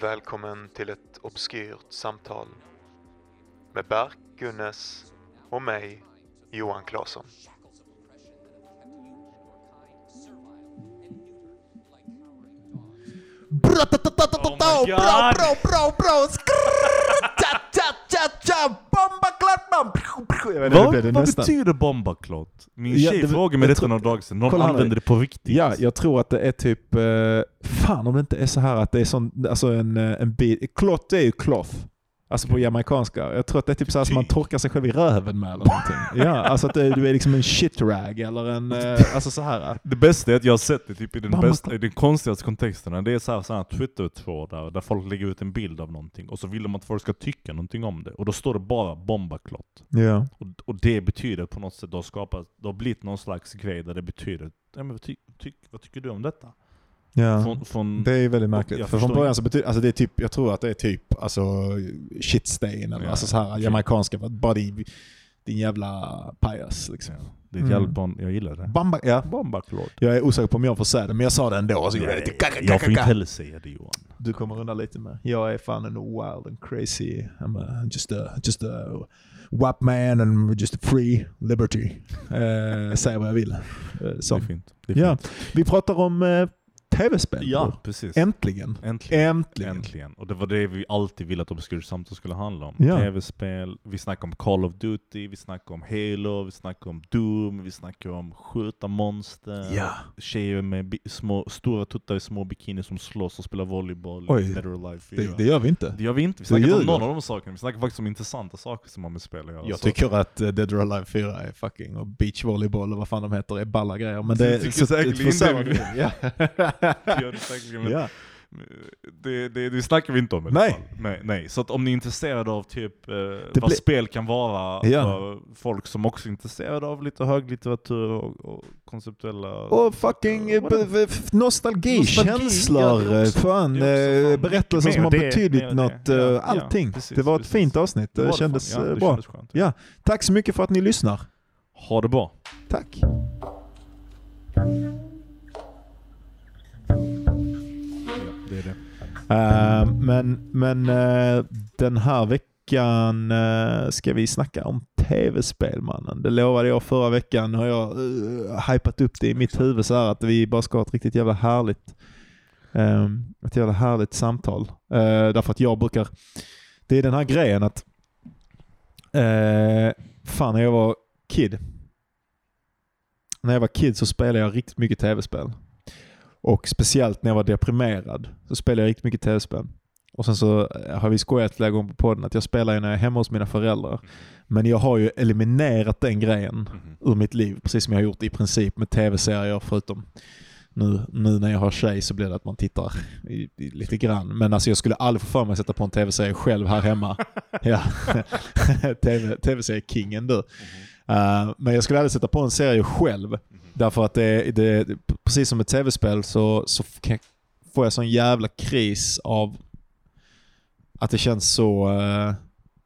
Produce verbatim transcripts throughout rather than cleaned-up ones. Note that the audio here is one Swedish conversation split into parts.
Välkommen till ett obskyrt samtal med Berk Gunnes och mig, Johan Claesson. Bra, bra, bra, bra, bra. Vad, vad betyder bombaklott? Min tjej ja, frågade mig detta några dagar sedan. Någon använder det på riktigt. Ja, jag tror att det är typ... Uh, fan om det inte är så här att det är sån, alltså en, en bit... Klott är ju cloth. Alltså på jamaicanska. Jag tror att det är typ så här som man torkar sig själv i röven med eller någonting. Ja, alltså att det, du är liksom en shit rag eller en... Uh, alltså så här. Det bästa är att jag har sett det typ i den, bästa, i den konstigaste kontexterna. Det är så här, så här Twitter-trådar där folk lägger ut en bild av någonting och så vill de att folk ska tycka någonting om det. Och då står det bara bombaklott. Ja. Och, och det betyder på något sätt, då skapat, det har blivit någon slags grej där det betyder, ja, men vad, ty, ty, vad tycker du om detta? Ja, från, från, det är väldigt märkligt. För från början så betyder, alltså det är typ, jag tror att det är typ alltså shit stain eller ja, alltså så här jamaicanska, bara din, din jävla pajas liksom. Ja, det är ett jävla bon, jag gillar det. Bamba, ja. Bombaklott. Jag är osäker på om jag får säga det, men jag sa det ändå. Så ja, jag, jag, jag får inte heller säga det, Johan. Du kommer undan lite med. Jag är fan en wild and crazy. I'm a, just a just a wap man and just a free liberty. Uh, säga vad jag vill. Uh, så. Det är fint. Det är ja. fint. Vi pratar om uh, tv-spel. Ja, precis. Äntligen. Äntligen. Äntligen. Äntligen. Och det var det vi alltid ville att Obskyrt Samtal skulle handla om. Ja. Tv-spel, vi snackar om Call of Duty, vi snackar om Halo, vi snackar om Doom, vi snackar om skjuta monster, ja. Tjejer med bi- små, stora tuttar i små bikini som slåss och spelar volleyboll. Oj, i Dead or Alive fyra. Det, det gör vi inte. Det gör vi inte. Vi snackar inte om någon av de sakerna. Vi snackar faktiskt om intressanta saker som har med spel att göra. Jag så. tycker att uh, Dead or Alive fyra är fucking och beachvolleyboll och vad fan de heter är balla grejer. Men det, det tycker så, säkerligen så, inte. Ja. Gör det säkerligen. Ja. Det, det, det snackar vi inte om i nej. alla fall. Nej, nej. Så att om ni är intresserade av typ eh, vad blir... spel kan vara ja. för folk som också är intresserade av lite höglitteratur och, och konceptuella... Och fucking uh, b- nostalgikänslor. Ja, fan, fan, berättelser som har betydit något. Ja, ja, allting. Ja, precis, det var ett precis. fint avsnitt. Det, det kändes det ja, det bra. Kändes skönt, ja. Ja. Tack så mycket för att ni lyssnar. Ha det bra. Tack. Det är det. Uh, men men uh, den här veckan uh, ska vi snacka om tv-spel, mannen. Det lovade jag förra veckan. Har jag uh, hypat upp det i mitt huvud så här att vi bara ska ha ett riktigt jävla härligt um, ett jävla härligt samtal. Uh, därför att jag brukar det är den här grejen att uh, fan när jag var kid när jag var kid så spelade jag riktigt mycket tv-spel. Och speciellt när jag var deprimerad så spelade jag riktigt mycket tv-spel. Och sen så har vi skojat flera gånger på podden att jag spelar ju när jag är hemma hos mina föräldrar. Men jag har ju eliminerat den grejen mm. ur mitt liv. Precis som jag har gjort i princip med tv-serier. Förutom nu, nu när jag har tjej så blir det att man tittar i, i, lite grann. Men alltså jag skulle aldrig få för mig att sätta på en tv-serie själv här hemma. Ja. TV, tv-serie-kingen du. Mm. Uh, men jag skulle aldrig sätta på en serie själv. Mm. Därför att det, det, precis som ett tv-spel så, så får jag sån jävla kris av att det känns så uh,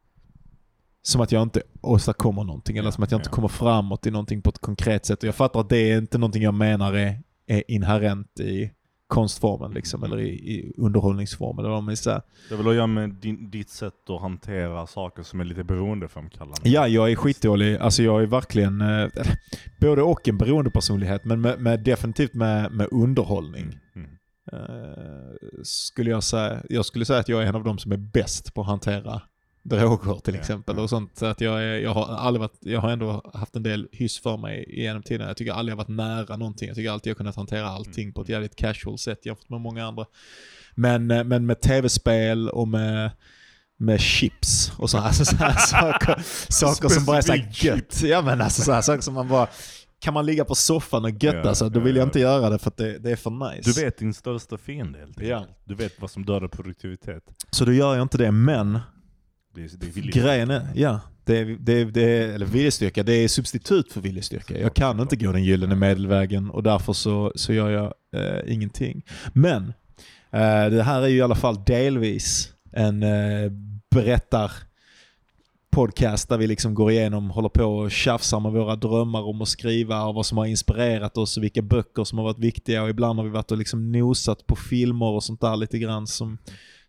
som att jag inte åstadkommer någonting eller ja, som att jag inte ja. kommer framåt i någonting på ett konkret sätt. Och jag fattar att det är inte någonting jag menar är, är inherent i konstformen liksom, eller i, i underhållningsformen eller vad man vill säga. Det vill göra med din, ditt sätt att hantera saker som är lite beroendeframkallande. Ja, jag är skitdålig. Alltså jag är verkligen eh, både och en beroendepersonlighet, men med, med, definitivt med, med underhållning. Mm. Eh, skulle jag säga, jag skulle säga att jag är en av dem som är bäst på att hantera droger till exempel ja. och sånt. Så att jag, är, jag, har aldrig varit, jag har ändå haft en del hyss för mig genom tiden. Jag tycker aldrig jag varit nära någonting. Jag tycker alltid jag kunnat hantera allting mm. på ett jävligt casual sätt jämfört med många andra. Men, men med tv-spel och med, med chips och så här, så här saker, saker som bara är så här gött. Ja, men alltså så här saker som man bara... Kan man ligga på soffan och götta ja, så då vill jag inte göra det för att det, det är för nice. Du vet din största fiende helt enkelt. Ja. Du vet vad som dödar produktivitet. Så då gör jag inte det, men det är, det är grejen är, ja, det är, det är, det är, eller viljestyrka, det är substitut för viljestyrka. Jag kan inte gå den gyllene medelvägen och därför så, så gör jag eh, ingenting. Men eh, det här är ju i alla fall delvis en eh, berättar podcast där vi liksom går igenom, håller på och tjafsar med våra drömmar om att skriva och vad som har inspirerat oss och vilka böcker som har varit viktiga, och ibland har vi varit och liksom nosat på filmer och sånt där lite grann som,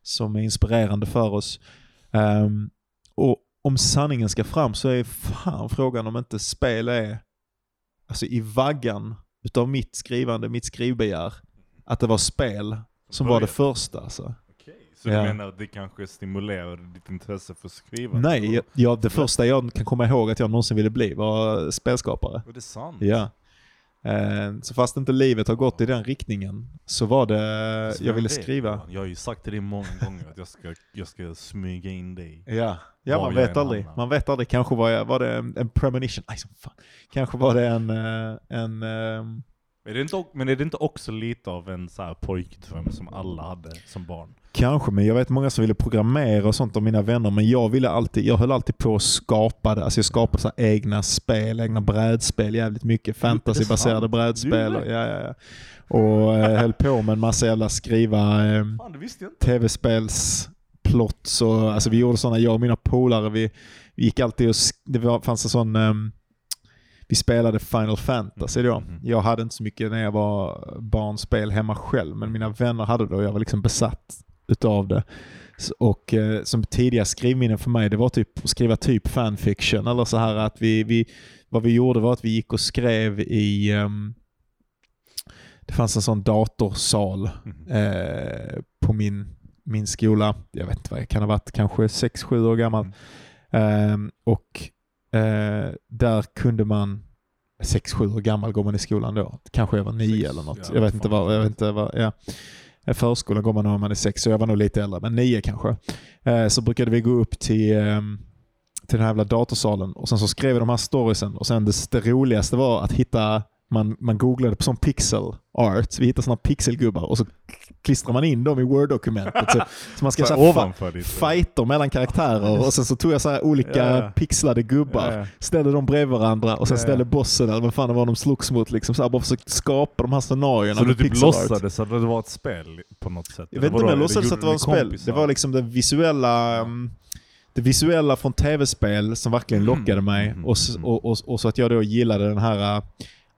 som är inspirerande för oss. Um, och om sanningen ska fram så är fan frågan om inte spel är alltså i vaggan utav mitt skrivande, mitt skrivbegär, att det var spel som var det första. Alltså. Så ja. du menar att det kanske stimulerade ditt intresse för att skriva? Nej, jag, jag, det första jag kan komma ihåg att jag någonsin ville bli var spelskapare. Och det är sant. Ja. Eh, så fast inte livet har gått i den riktningen så var det, så jag ville skriva. Jag har ju sagt till dig många gånger att jag ska, jag ska smyga in dig. Ja, ja man vet aldrig. Annan. Man vet aldrig. Kanske var, jag, var det en, en premonition. Aj, som fan. Kanske var det en... en um... är det inte, men är det inte också lite av en så här pojkdröm som alla hade som barn? Kanske, men jag vet många som ville programmera och sånt av mina vänner, men jag ville alltid, jag höll alltid på att skapa det. Alltså jag skapade så här egna spel, egna brädspel, jävligt mycket fantasybaserade brädspel. Och, ja, ja, ja. och eh, höll på med en massa jävla skriva eh, tv-spelsplots och alltså vi gjorde sådana, jag och mina polare, vi, vi gick alltid och det var, fanns en sån eh, vi spelade Final Fantasy då. Jag hade inte så mycket när jag var barnspel hemma själv, men mina vänner hade det och jag var liksom besatt utav det. Och eh, som tidiga skrivminnen för mig, det var typ att skriva typ fanfiction eller så här att vi, vi vad vi gjorde var att vi gick och skrev i um, det fanns en sån datorsal eh, på min min skola. Jag vet inte vad jag kan ha varit, kanske sex sju år gammal. Eh, och Uh, där kunde man sex sju år gammal går man i skolan då. Kanske jag var nio sex, eller något. Ja, jag vet inte vad jag vet inte vad ja. Förskolan går man när man är sex, så jag var nog lite äldre, men nio kanske. Uh, så brukade vi gå upp till um, till den här jävla datorsalen och sen så skrev vi de här storiesen och sen det, det roligaste var att hitta man man googlade på sån pixel art. Vi hittade såna pixelgubbar och så klistrar man in dem i Word-dokumentet. Så, så man ska så fa- fighter mellan karaktärer och sen så tog jag så här olika yeah. pixlade gubbar, yeah. ställde dem bredvid varandra och sen yeah. ställde bossen eller vad fan det var de slogs mot liksom, så här, bara försökte skapa de här scenarierna. Så du typ låtsades att det var ett spel på något sätt? Jag vet inte om jag låtsades att det var ett spel. Det var liksom det visuella... Um, det visuella från tv-spel som verkligen lockade mig mm, mm, och, och, och, och så att jag då gillade den här... Uh,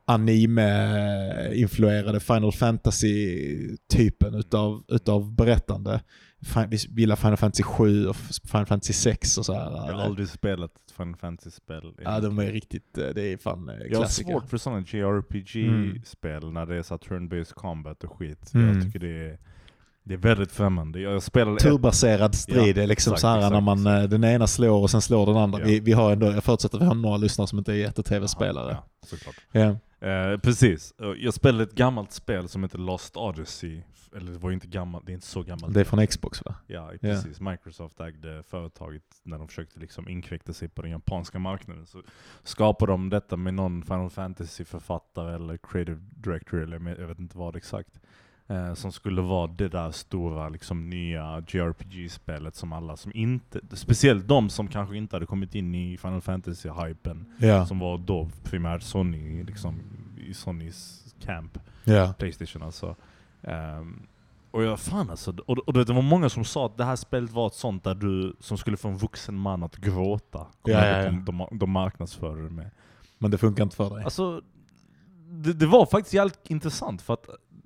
anime-influerade Final Fantasy-typen utav, utav berättande. Vi gillar Final Fantasy sju och Final Fantasy sex och så här. Jag har eller? aldrig spelat Final Fantasy-spel. Ja, de är riktigt, det är fan klassiker. Jag har svårt för sådana J R P G-spel mm. när det är så turn-based combat och skit. Mm. Jag tycker det är Det är väldigt främmande. Jag spelade turbaserad strid ja, är liksom exakt, så här exakt, när man exakt. den ena slår och sen slår den andra. Ja. Vi, vi har ändå, jag förutsätter att vi har några lyssnare som inte är jätte-tv-spelare. Ja, såklart. Ja. Eh, precis. Jag spelade ett gammalt spel som heter Lost Odyssey. Eller det var ju inte gammalt, det är inte så gammalt. Det är från Xbox va? Ja, precis. Yeah. Microsoft ägde företaget när de försökte liksom inkräkta sig på den japanska marknaden. Så skapade de detta med någon Final Fantasy-författare eller creative director eller jag vet inte vad exakt. Eh, som skulle vara det där stora liksom nya J R P G-spelet som alla som inte, speciellt de som kanske inte hade kommit in i Final Fantasy-hypen yeah. som var då primärt Sony liksom i Sonys camp yeah. PlayStation alltså. Um, och jag fan alltså och, och det var många som sa att det här spelet var ett sånt där du som skulle få en vuxen man att gråta. Ja, ja, ja. De, de, de marknadsförde det med. Men det funkar inte för dig. Alltså det, det var faktiskt jävligt intressant för att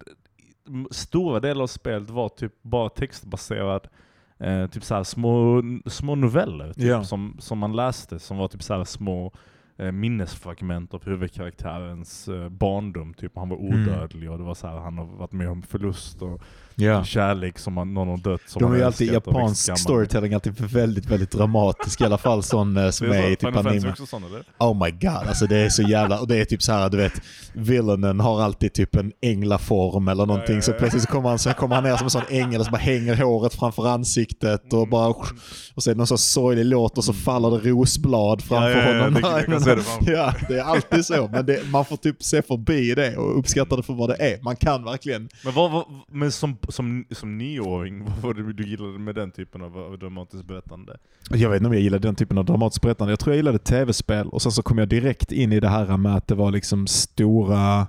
stora delar av spelet var typ bara textbaserad eh, typ så här små små noveller typ, ja. som som man läste som var typ så här små eh, minnesfragment av huvudkaraktärens eh, barndom typ han var odödlig mm. och det var så här han har varit med om förlust och ja. kärlek som man, någon har dött som de är ju alltid japansk storytelling alltid väldigt väldigt dramatisk i alla fall sån eh, som är, är typ anime. Sån, eller? Oh my god, alltså det är så jävla och det är typ så här du vet villainen har alltid typ en änglaform eller någonting ja, ja, ja. Så plötsligt så kommer han så kommer han ner som en sån ängel och så bara hänger håret framför ansiktet och bara och så är det någon sån sorglig låt och så faller det rosblad framför ja, ja, ja, honom. Det, det, det, det, det, ja, det är alltid så men det, man får typ se förbi det och uppskatta det för vad det är. Man kan verkligen. Men vad, vad men som som som nioåring, vad var det du gillade med den typen av dramatiskt berättande? Jag vet inte om jag gillade den typen av dramatiskt berättande. Jag tror jag gillade tv-spel och sen så kom jag direkt in i det här med att det var liksom stora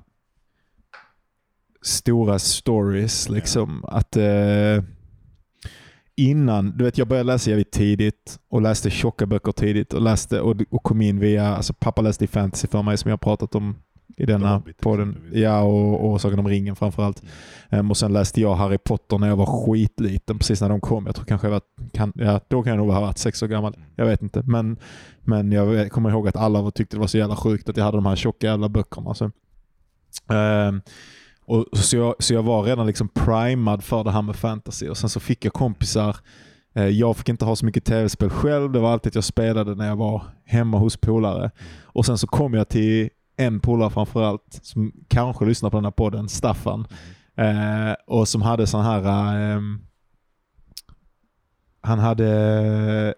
stora stories liksom ja. Att eh, innan, du vet jag började läsa jävligt tidigt och läste tjocka böcker tidigt och läste och, och kom in via, alltså pappa läste i fantasy för mig som jag har pratat om i denna Hobbit, podden. exempelvis. Ja, och, och Sagan om ringen framförallt. Mm. Um, och sen läste jag Harry Potter när jag var skitliten, precis när de kom. Jag tror kanske jag var, kan, ja, då kan jag nog ha varit sex år gammal. Mm. Jag vet inte. Men, men jag kommer ihåg att alla tyckte det var så jävla sjukt att jag hade de här tjocka jävla böckerna. Så. Um, och, så, jag, så jag var redan liksom primad för det här med fantasy. Och sen så fick jag kompisar. Uh, jag fick inte ha så mycket tv-spel själv. Det var alltid att jag spelade när jag var hemma hos polare. Mm. Och sen så kom jag till en polare framförallt som kanske lyssnar på den här podden, Staffan. Mm. Uh, och som hade sån här... Um, han hade...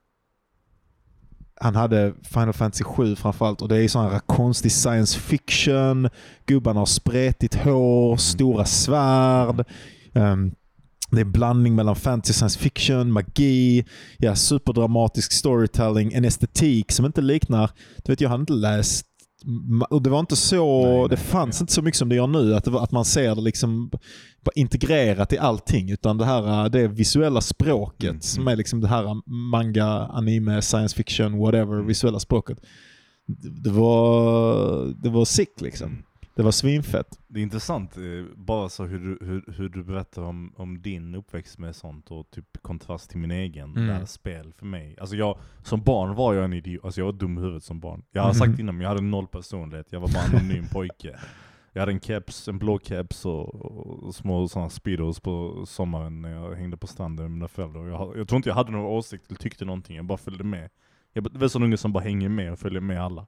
Han hade Final Fantasy sju framförallt, och det är sån här konstig science fiction. Gubbarna har spretigt hår, stora svärd. Um, det är en blandning mellan fantasy, science fiction, magi, ja, superdramatisk storytelling, en estetik som inte liknar, du vet, jag hade inte läst, och det var inte så, nej, nej, det fanns nej. inte så mycket som det gör nu, att, det var, att man ser det liksom integrerat i allting, utan det här det visuella språket mm. som är liksom det här manga, anime, science fiction, whatever, mm. visuella språket. Det var det var sick liksom. Mm. Det var svinfett. Det är intressant, bara så hur du, hur, hur du berättar om, om din uppväxt med sånt och typ kontrast till min egen mm. där spel för mig. Alltså jag, som barn var jag en idiot, alltså jag var dum i huvudet som barn. Jag har mm. sagt innan, jag hade noll personlighet, jag var bara en anonym pojke. Jag hade en keps, en blå keps och, och små sådana speedos på sommaren när jag hängde på stranden med mina föräldrar. Jag, jag tror inte jag hade några åsikter eller tyckte någonting, jag bara följde med. Jag var sån unge som bara hänger med och följer med alla.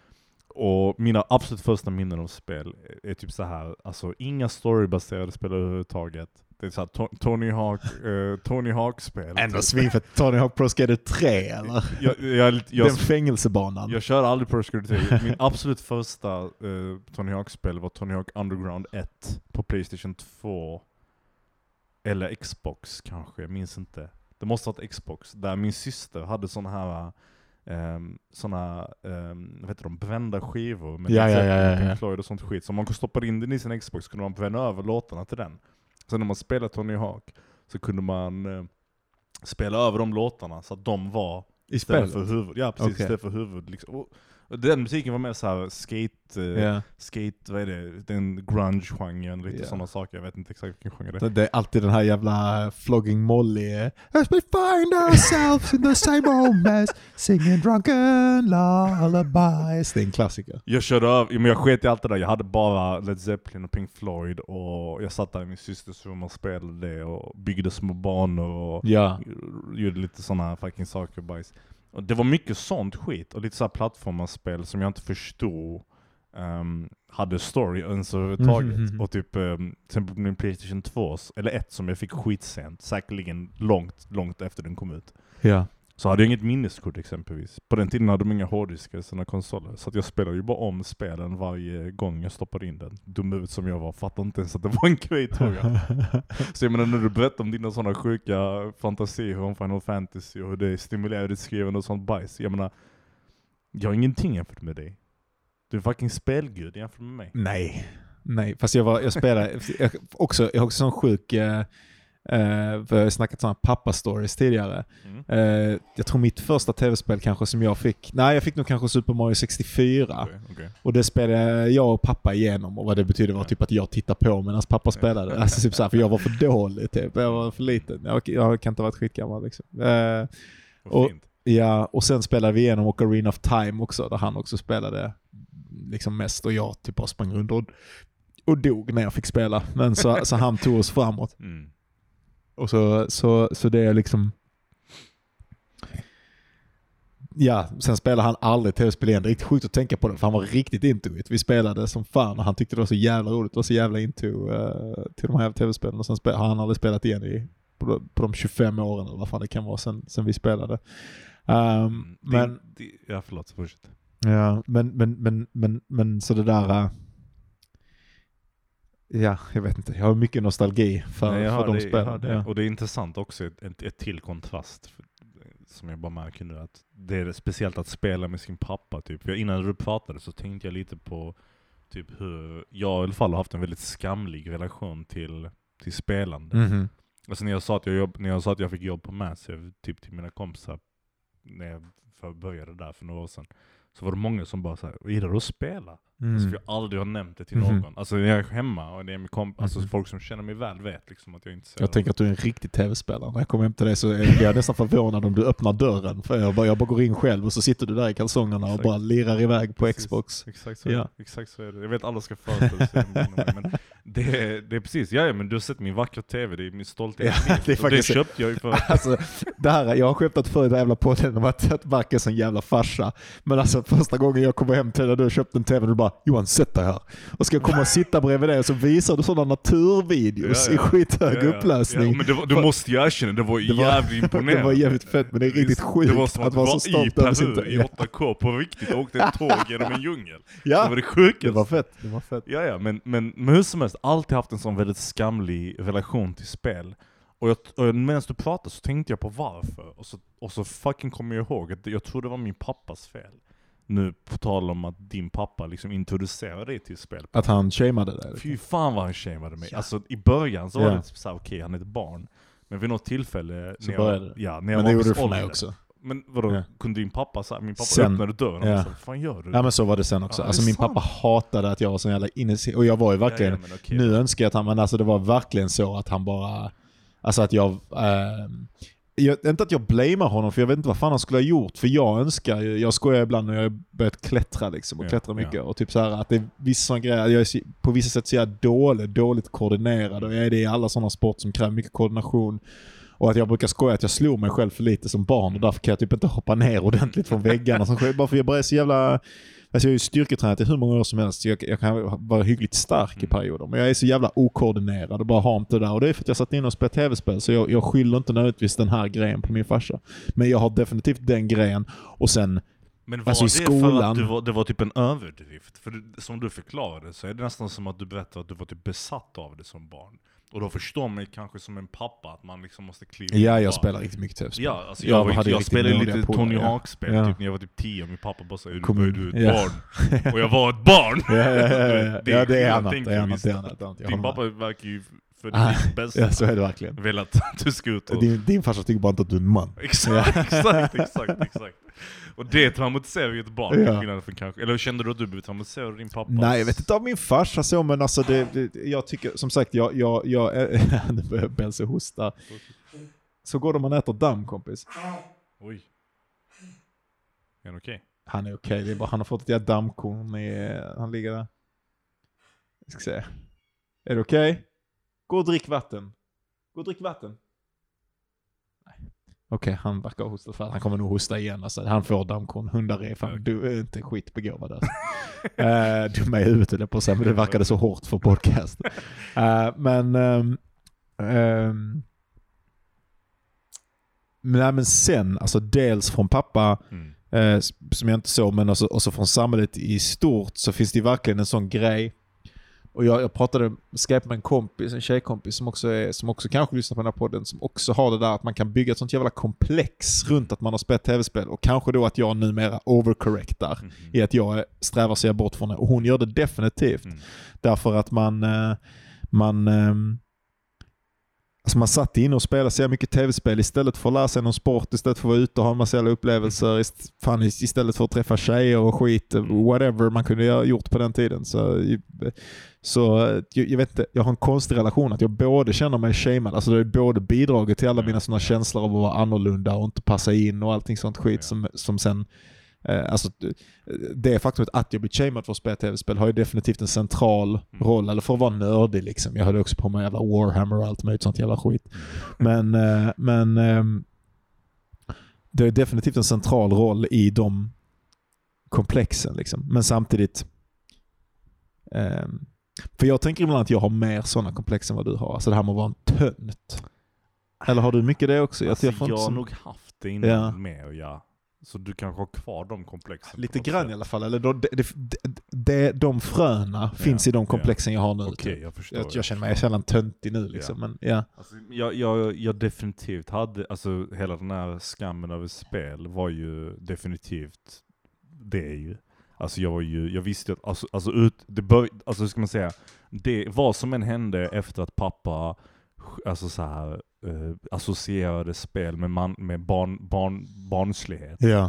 Och mina absolut första minnen av spel är typ så här, alltså inga storybaserade spel överhuvudtaget. Det är så här to- Tony Hawk uh, Tony Hawk-spel. Ändå typ. svinfett. Tony Hawk Pro Skater tre eller? Jag, jag, jag, Den fängelsebanan. Jag kör aldrig Pro Skater tre. Min absolut första uh, Tony Hawk-spel var Tony Hawk Underground ett på PlayStation två. Eller Xbox kanske, jag minns inte. Det måste ha varit Xbox. Där min syster hade såna här Um, såna um, vad heter de, brända skivor med ja, ja, ja, ja, ja. Pink Floyd och sånt skit. Så om man kunde stoppa in den i sin Xbox kunde man bränna över låtarna till den. Sen när man spelade Tony Hawk så kunde man uh, spela över de låtarna så att de var i spelet för huvud. Ja, precis, okay. istället för huvud liksom. Och, och den musiken var mer så här skate uh, yeah. skate, vad är det? Den grunge-genren, lite yeah. sådana saker. Jag vet inte exakt vilken genre det är. Det är alltid den här jävla flogging Molly. As we find ourselves in the same old mess, singing drunken lullabies. Det är en klassiker. Jag körde över, men jag sket i allt det där. Jag hade bara Led Zeppelin och Pink Floyd och jag satt där i min systers rum och spelade det och byggde små banor och ja. gjorde lite sådana här fucking saker bajs. Och det var mycket sånt skit och lite så här plattformarspel som jag inte förstod um, hade story ens överhuvudtaget. Mm, mm, mm. Och typ um, till exempel min PlayStation två eller ett som jag fick skitsent, säkerligen långt, långt efter den kom ut. Ja. Så hade jag inget minneskort exempelvis. På den tiden hade de inga hårddiskar i sina konsoler. Så att jag spelade ju bara om spelen varje gång jag stoppade in den. Dum ut som jag var, fattade inte ens att det var en grej, tror jag. Så jag menar, när du berättar om dina sådana sjuka fantasier om Final Fantasy och hur det stimulerar ditt skrivande och sånt bajs. Jag menar, jag har ingenting jämfört med dig. Du är fucking spelgud jämfört med mig. Nej, nej. Fast jag, var, jag spelade jag, också, jag har också sån sjuk... Uh, Uh, för jag har snackat sådana pappa-stories tidigare. Mm. Uh, jag tror mitt första tv-spel kanske som jag fick, nej jag fick nog kanske Super Mario sextiofyra. Okay, okay. Och det spelade jag och pappa igenom, och vad det betyder var okay. typ att jag tittar på medan pappa spelade. Alltså typ så här, för jag var för dålig typ. Jag var för liten. Jag, jag kan inte ha varit skitgammal liksom. Uh, och, ja, och sen spelade vi igenom Ocarina of Time också, där han också spelade liksom mest, och jag typ bara sprang runt och, och dog när jag fick spela. Men så, så han tog oss framåt. Mm. Och så, så, så det är liksom... Ja, sen spelade han aldrig tv-spel igen. Det är riktigt sjukt att tänka på det, för han var riktigt into it. Vi spelade som fan och han tyckte det var så jävla roligt. Det var så jävla into uh, till de här tv-spelen. Och sen spel- har han aldrig spelat igen i, på, på de tjugofem åren eller vad fan det kan vara sen, sen vi spelade. Um, det, men, det, ja, förlåt, fortsätt. Ja, men, men, men, men, men så det där... Uh, ja, jag vet inte. Jag har mycket nostalgi för, Nej, för de spelen. Ja. Och det är intressant också, ett, ett till kontrast för, som jag bara märker nu, att det är speciellt att spela med sin pappa typ. För innan du pratade så tänkte jag lite på typ hur jag i alla fall har haft en väldigt skamlig relation till, till spelande. Mm-hmm. Alltså när jag sa att jag, jobb, när jag sa att jag fick jobb på Massive typ till mina kompisar när jag började där för några år sedan, så var det många som bara så här, gillar du att spela? Mm. Alltså, för jag aldrig har nämnt det till Mhm. någon. Alltså när jag är hemma och det är med komp- alltså, Mhm. folk som känner mig väl vet liksom att jag inte ser Jag tänker att du är en riktig tv-spelare. När jag kommer hem till dig så är jag nästan förvånad om du öppnar dörren. För jag bara, jag bara går in själv och så sitter du där i kalsongerna och Exakt. bara lirar iväg på Precis. Xbox. Exakt så, Ja. är det. Exakt så är det. Jag vet alla ska föreställa sig det, men det är, det är precis, ja, ja men du har sett min vackra tv, det är min stolthet. Ja, det, det är faktiskt- det köpte jag ju för Alltså, det här, jag har skämtat för det jävla podden om att, att Mark är sån jävla farsa. Men alltså första gången jag kommer hem till dig, du har köpt en tv och du bara Johan, sätt dig här. Och ska jag komma och sitta bredvid dig och så visar du sådana naturvideos Ja, ja. i skithög Ja, ja. upplösning. Ja, men det var, du måste ju erkänna, det var Det var- jävligt imponerande. Det var jävligt fett, men det är riktigt sjukt Det var som att, att vara så vara i stolt över sin Peru i ja. åtta K på riktigt och åkte ett tåg genom en djungel. Det Ja, var det sjukaste. det var fett. Det var fett. Ja, ja, men, men, men hur som helst, alltid haft en sån väldigt skamlig relation till spel. Och, jag, och medan du pratade så tänkte jag på varför. Och så, och så fucking kommer jag ihåg att jag tror det var min pappas fel. Nu på tal om att din pappa liksom introducerade dig till spel. Att han shameade dig. Fy fan vad han shameade mig. Ja. Alltså i början så Ja. var det typ såhär, okej okay, han är ett barn. Men vid något tillfälle Så när började jag, det. ja, när jag Men var det en gjorde viss du för mig ålder. också. Men vadå, Ja. kunde din pappa så här, min pappa Sen- öppnade dörren och ja. ja. sa, vad fan gör du? Ja men så var det sen också. Ja, Alltså det är min sant. pappa hatade att jag var så jävla inne och jag var ju verkligen, Ja, ja, men okej, nu önskar jag att han, men alltså det var verkligen så att han bara, alltså att jag, eh, jag inte att jag blamear honom för jag vet inte vad fan han skulle ha gjort, för jag önskar, jag skojar ibland när jag har börjat klättra liksom och Ja, klättra mycket ja. och typ så här att det är vissa sådana grejer, jag är så- på vissa sätt så är jag dålig, dåligt koordinerad och jag är det i alla sådana sport som kräver mycket koordination. Och att jag brukar skoja att jag slog mig själv för lite som barn och därför kan jag typ inte hoppa ner ordentligt från väggarna. Som sker, bara för jag bara är så jävla... Alltså jag är ju styrketränat i hur många år som helst. Så jag, jag kan vara hyggligt stark i perioder. Men jag är så jävla okoordinerad och bara har inte det där. Och det är för att jag satt in och spelade tv-spel. Så jag, jag skyller inte nödvändigtvis den här grejen på min farsa. Men jag har definitivt den grejen. Och sen... Men var Alltså, i det för skolan- att du var, det var typ en överdrift? För du, som du förklarade så är det nästan som att du berättar att du var typ besatt av det som barn. Och då förstår man kanske som en pappa att man liksom måste kliva in Ja, och jag bara- spelar riktigt mycket tv-spel. Ja, alltså Jag jag, var, hade jag, riktigt spelade nördiga lite polare, Tony ja. Hawk-spel Ja. typ när jag var typ tio och min pappa bara sa, är du, Kom- är du ett ja. barn? Och jag var ett barn! Ja, ja, ja, ja. Det Ja, det är skillnad, annat. tänker Det är jag annat. visst. Det är annat. det är annat. Jag Din håller pappa verkar ju för Ah, ditt bästa med. Ja, så är det verkligen. vill att du ska ut och... Din, din farsa tycker bara inte att du är en man. Exakt, exakt, exakt, exakt. Och det traumatiserar ju ett barn, Ja. till skillnad från kanske... Eller kände du att du blev traumatiserad av din pappa? Nej, jag vet inte av min farsa så, men alltså det, det, jag tycker, som sagt, jag, jag, jag, nu börjar Bense hosta. Så går det om man äter damm, kompis. Oj. Är han okej? Han är okej, det är bara, han har fått ett jävla dammkorn i, han ligger där. Jag ska se. Är det okej? Gå och drick vatten. Gå och drick vatten. Nej. Okej, han verkar ha hostat för han kommer nog hosta igen. Alltså, han får dammkorn. Hundar är fan, du är inte skitbegåvad. Alltså. uh, du är med i huvudet eller på sig, men det verkade så hårt för podcast. Uh, men... Um, um, nej, men sen, alltså dels från pappa... Mm. Eh, som jag inte såg, men också, också från samhället i stort så finns det verkligen en sån grej. Och jag, jag pratade, skype med en kompis, en tjejkompis som också, är, som också kanske lyssnar på den här podden, som också har det där att man kan bygga ett sånt jävla komplex runt att man har spelat tv-spel. Och kanske då att jag numera overcorrectar Mm. i att jag strävar sig bort från det. Och hon gör det definitivt. Mm. Därför att man... Eh, man eh, Alltså man satt in och spelade så mycket tv-spel istället för att lära sig någon sport, istället för att vara ute och ha en massa jävla upplevelser, ist- fan, istället för att träffa tjejer och skit, whatever man kunde ha gjort på den tiden. Så, så jag, jag vet inte, jag har en konstig relation att jag både känner mig shamed, alltså det är både bidraget till alla mina sådana känslor av att vara annorlunda och inte passa in och allting sånt skit som, som sen Eh, alltså, det faktumet att jag blir shamed för att spela tv-spel har ju definitivt en central roll, eller för att vara nördig liksom. Jag hade också på mig jävla Warhammer och allt möjligt sånt jävla skit. Men, eh, men eh, det är definitivt en central roll i de komplexen liksom. Men samtidigt eh, för jag tänker ibland att jag har mer sådana komplex än vad du har. Alltså det här med att vara en tönt. Eller har du mycket det också? Alltså, jag, jag, får inte har som... nog haft det innan Ja. med, ja. Så du kanske har kvar de komplexen. Lite på något grann sätt. i alla fall. Eller då, det, det, det, de fröna Ja, finns i de ja. komplexen jag har nu. Okej, jag förstår. jag, jag känner mig sällan töntig nu liksom. Ja. Men, ja. Alltså, jag, jag, jag definitivt hade, alltså hela den här skammen över spel var ju definitivt det ju. Alltså jag var ju, jag visste att, alltså, alltså ut, det bör, alltså hur ska man säga, det, vad som än hände efter att pappa, alltså så här, eh, associerade spel med, man, med barn, barn, barnslighet. Ja.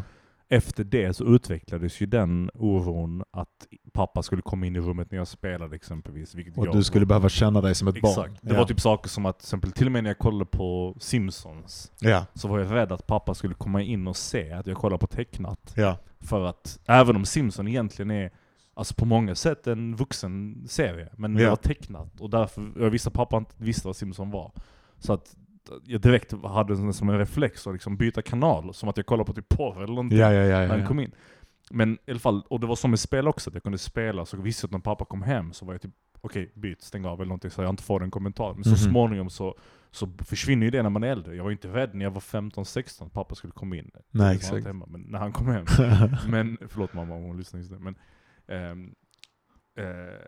efter det så utvecklades ju den oron att pappa skulle komma in i rummet när jag spelade exempelvis. Och du skulle behöva känna dig som ett Exakt. barn. Det ja. var typ saker som att till exempel till och med när jag kollade på Simpsons ja. så var jag rädd att pappa skulle komma in och se att jag kollar på tecknat. Ja. För att även om Simpsons egentligen är alltså på många sätt en vuxen serie, men det ja. var tecknat och därför jag visste att pappa inte visste vad Simpsons var. Så att jag direkt hade en, som en reflex att liksom byta kanal, som att jag kollade på typ porr eller någonting ja, ja, ja, ja, när han ja. kom in. Men i alla fall, och det var som med spel också, att jag kunde spela så visste jag att när pappa kom hem så var jag typ okej, okay, byt, stäng av eller någonting så jag inte får en kommentar. Men så mm-hmm. småningom så, så försvinner ju det när man är äldre. Jag var inte rädd när jag var femton sexton att pappa skulle komma in. Nej, exakt. Hemma, men när han kom hem. men, förlåt mamma om hon lyssnar just nu. Men, ähm, äh,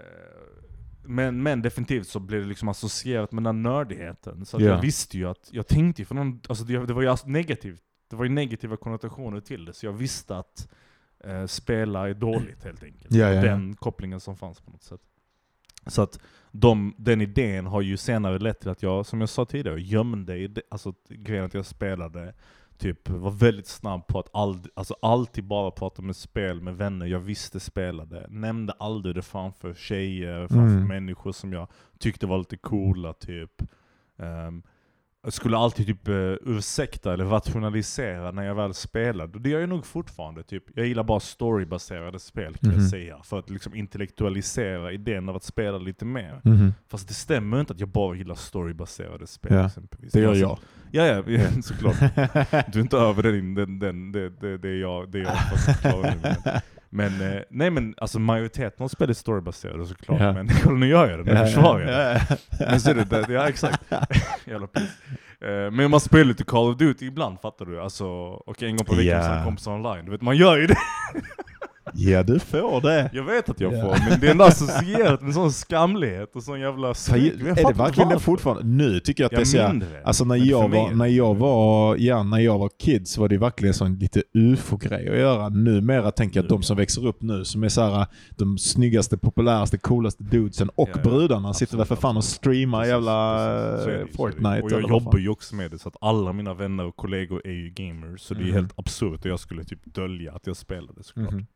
men, men definitivt så blev det liksom associerat med den nördigheten. Så att yeah. jag visste ju att, jag tänkte ju för någon, alltså det, det var ju negativt. Det var ju negativa konnotationer till det. Så jag visste att äh, spela är dåligt helt enkelt. Yeah, yeah, den yeah. kopplingen som fanns på något sätt. Så att de, den idén har ju senare lett till att jag, som jag sa tidigare, gömde i det, alltså grejen att jag spelade, typ var väldigt snabb på att ald, alltså alltid bara prata med spel med vänner jag visste spelade. Nämnde aldrig det framför tjejer, framför mm. människor som jag tyckte var lite coola typ. Um, jag skulle alltid typ uh, ursäkta eller rationalisera när jag väl spelade. Och det gör jag nog fortfarande. Typ. Jag gillar bara storybaserade spel kan mm. jag säga. För att liksom intellektualisera idén av att spela lite mer. Mm. Fast det stämmer inte att jag bara gillar storybaserade spel ja. exempelvis. Det gör alltså, jag. Ja, ja, ja såklart. Du är inte över den, den, den det, det, det är jag, det är jag faktiskt klar nu. Men, eh, nej men alltså majoriteten av spel är storybaserade såklart. Ja. Men kolla nu gör jag det, nu försvarar jag det. Men så är det, det, ja exakt. Jävla piss. Uh, men man spelar lite Call of Duty ibland, fattar du? Alltså, okej okay, en gång på veckan yeah. så kompisar online. Du vet, man gör ju det. Ja, du får det. Jag vet att jag yeah. får, men det är ändå associerat med sån skamlighet och sån jävla skrik. Är det verkligen det fortfarande? Nu tycker jag att jag det är så. Alltså när jag var när jag var ja, när jag var kid så var det verkligen sån lite U F O-grej att göra. Numera tänker jag att de som växer upp nu som är så här de snyggaste, populäraste, coolaste dudesen och ja, brudarna absolut, sitter där för fan och streamar precis, jävla precis. Det, Fortnite. Och jag jobbar ju också med det så att alla mina vänner och kollegor är ju gamers så mm. det är helt absurt och jag skulle typ dölja att jag spelade såklart. Mm.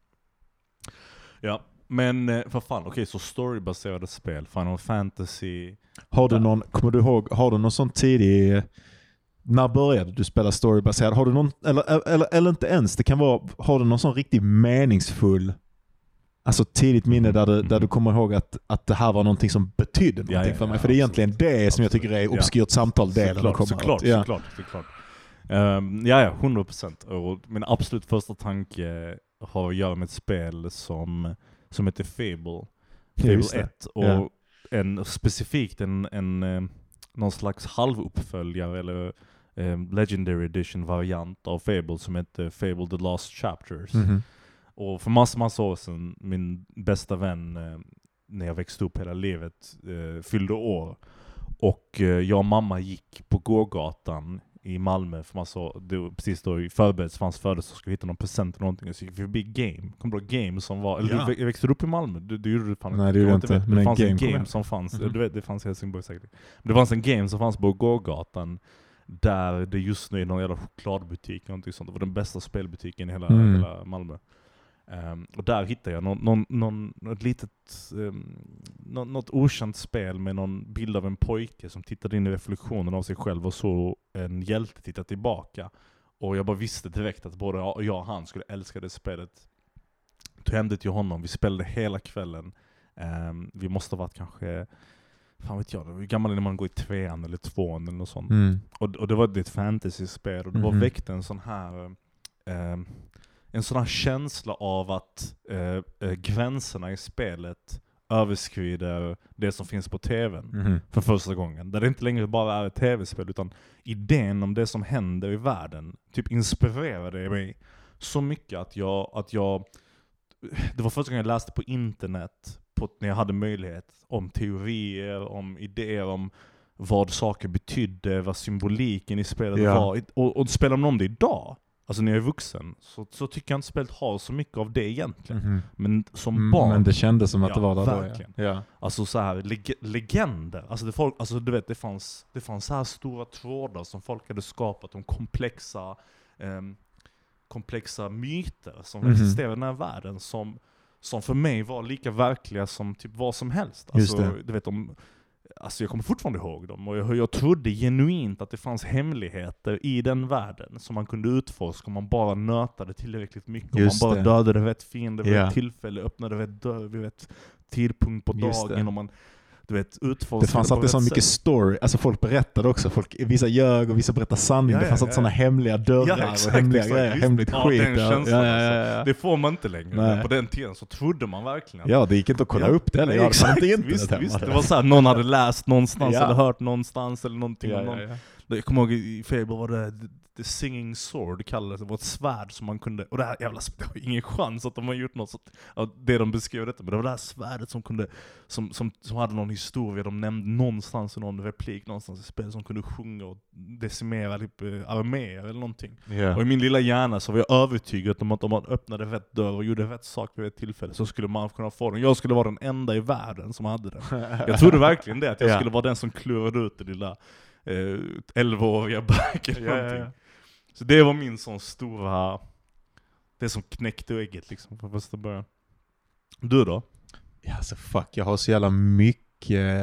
Ja, men eh, för fan, okej okay, så storybaserade spel, Final Fantasy. Har du någon, kommer du ihåg, har du någon sån tidig, när började du spela storybaserad? Har du någon, eller, eller, eller inte ens, det kan vara, har du någon sån riktigt meningsfull, alltså tidigt minne där du, där du kommer ihåg att, att det här var någonting som betydde någonting ja, ja, för mig? Ja, för det är egentligen det absolut. Som jag tycker är obskyrt ja. Samtal-delen. Såklart, såklart, ja. såklart, såklart. Um, ja, ja, hundra procent. Och min absolut första tanke har att göra med ett spel som, som heter Fable. Fable ett. Och ja. en, specifikt en, en, en någon slags halvuppföljare eller um, Legendary Edition variant av Fable som heter Fable The Lost Chapters. Mm-hmm. Och för massor, massor år sedan, min bästa vän eh, när jag växte upp hela livet eh, fyllde år. Och eh, jag och mamma gick på gågatan i Malmö för massor, det, precis då i förberedelse för hans födelse så skulle vi hitta någon present eller någonting. Så gick vi förbi Game. Kom på Game som var, eller ja. du växte upp i Malmö? Du, du gjorde det fan. Nej, det gjorde inte. Vet, men det fanns game en Game som fanns, mm-hmm. du vet, det fanns i Helsingborg säkert. Men det fanns en Game som fanns på gågatan där det just nu är någon jävla chokladbutik eller någonting sånt. Det var den bästa spelbutiken i hela, mm. hela Malmö. Um, och där hittade jag någon, någon, någon, något litet um, något, något okänt spel med någon bild av en pojke som tittade in i reflektionen av sig själv och så en hjälte titta tillbaka. Och jag bara visste direkt att både jag och han skulle älska det spelet. Tog hem det till honom, vi spelade hela kvällen. Um, vi måste ha varit kanske, fan vet jag, hur gammal är när man går i trean eller tvåan eller något sånt. Mm. Och, och det var ett fantasy-spel och det var mm. väckte en sån här um, en sån här känsla av att eh, gränserna i spelet överskrider det som finns på tvn mm-hmm. för första gången. Där det inte längre bara är ett tv-spel utan idén om det som händer i världen typ inspirerade mig så mycket att jag, att jag det var första gången jag läste på internet på, när jag hade möjlighet om teorier, om idéer om vad saker betydde, vad symboliken i spelet ja. var. Och, och spelar man om det idag alltså när jag är vuxen så, så tycker jag inte spelet har så mycket av det egentligen. Mm-hmm. Men som mm, barn... Men det kändes som att ja, det var där verkligen. då. Ja. Ja. Alltså så här leg- legender. Alltså, det folk, alltså du vet, det fanns, det fanns så här stora trådar som folk hade skapat om komplexa... Um, komplexa myter som Mhm. existerar i den här världen som, som för mig var lika verkliga som typ vad som helst. Just Alltså, det. du vet, om, alltså jag kommer fortfarande ihåg dem och jag, jag trodde genuint att det fanns hemligheter i den världen som man kunde utforska om man bara nötade tillräckligt mycket. Om man Just bara det. dödade rätt fiender vid Ja. ett tillfälle, öppnade rätt dörr vid rätt tidpunkt på Just dagen. det. Om man, du vet, utforskade Det fanns på alltid rätt så mycket sätt. story. Alltså folk berättade också. Folk, vissa ljög och vissa berättade sanning. Ja, det ja, fanns ja, alltid sådana hemliga dörrar Ja, exakt, och hemliga exakt. grejer. Visst. Hemligt Ja, skit. den Ja, känslan, ja, ja, ja. Det får man inte längre. Nej. Men på den tiden så trodde man verkligen. Ja, det gick inte att kolla Ja. upp det. Eller? Nej, Jag hade inte internet visst, hemma. visst, det var så här, någon hade läst någonstans Ja. eller hört någonstans eller någonting Ja, om ja, någon. ja. Jag kommer ihåg i Fable var det The Singing Sword kallades det. Det var ett svärd som man kunde, och det här jävla det var ingen chans att de har gjort något sånt, ja, det de beskrev detta, men det var det här svärdet som kunde, som, som, som hade någon historia, de nämnde någonstans i någon replik någonstans i spelet som kunde sjunga och decimera typ arméer eller någonting. Ja. Och i min lilla hjärna så var jag övertygad om att om man öppnade rätt dörr och gjorde rätt sak vid ett tillfälle så skulle man kunna få den. Jag skulle vara den enda i världen som hade den. Jag trodde verkligen det, att jag Ja. skulle vara den som klurade ut det lilla eh, elvaåriga back eller Ja, ja, någonting. ja. Så det var min sån stora, det som knäckte ägget liksom från första början. Du då? Ja, alltså fuck, jag har så jävla mycket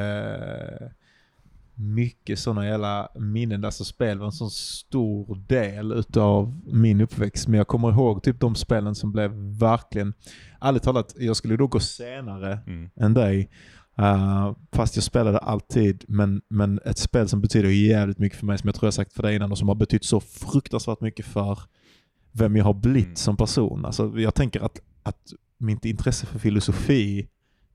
mycket sådana jävla minnen. Alltså spel var en sån stor del utav min uppväxt. Men jag kommer ihåg typ de spelen som blev verkligen, ärligt talat, jag skulle då gå senare Mm. än dig. Uh, fast jag spelade alltid, men, men ett spel som betyder jävligt mycket för mig, som jag tror jag sagt för dig innan och som har betytt så fruktansvärt mycket för vem jag har blivit Mm. som person. Alltså jag tänker att, att mitt intresse för filosofi,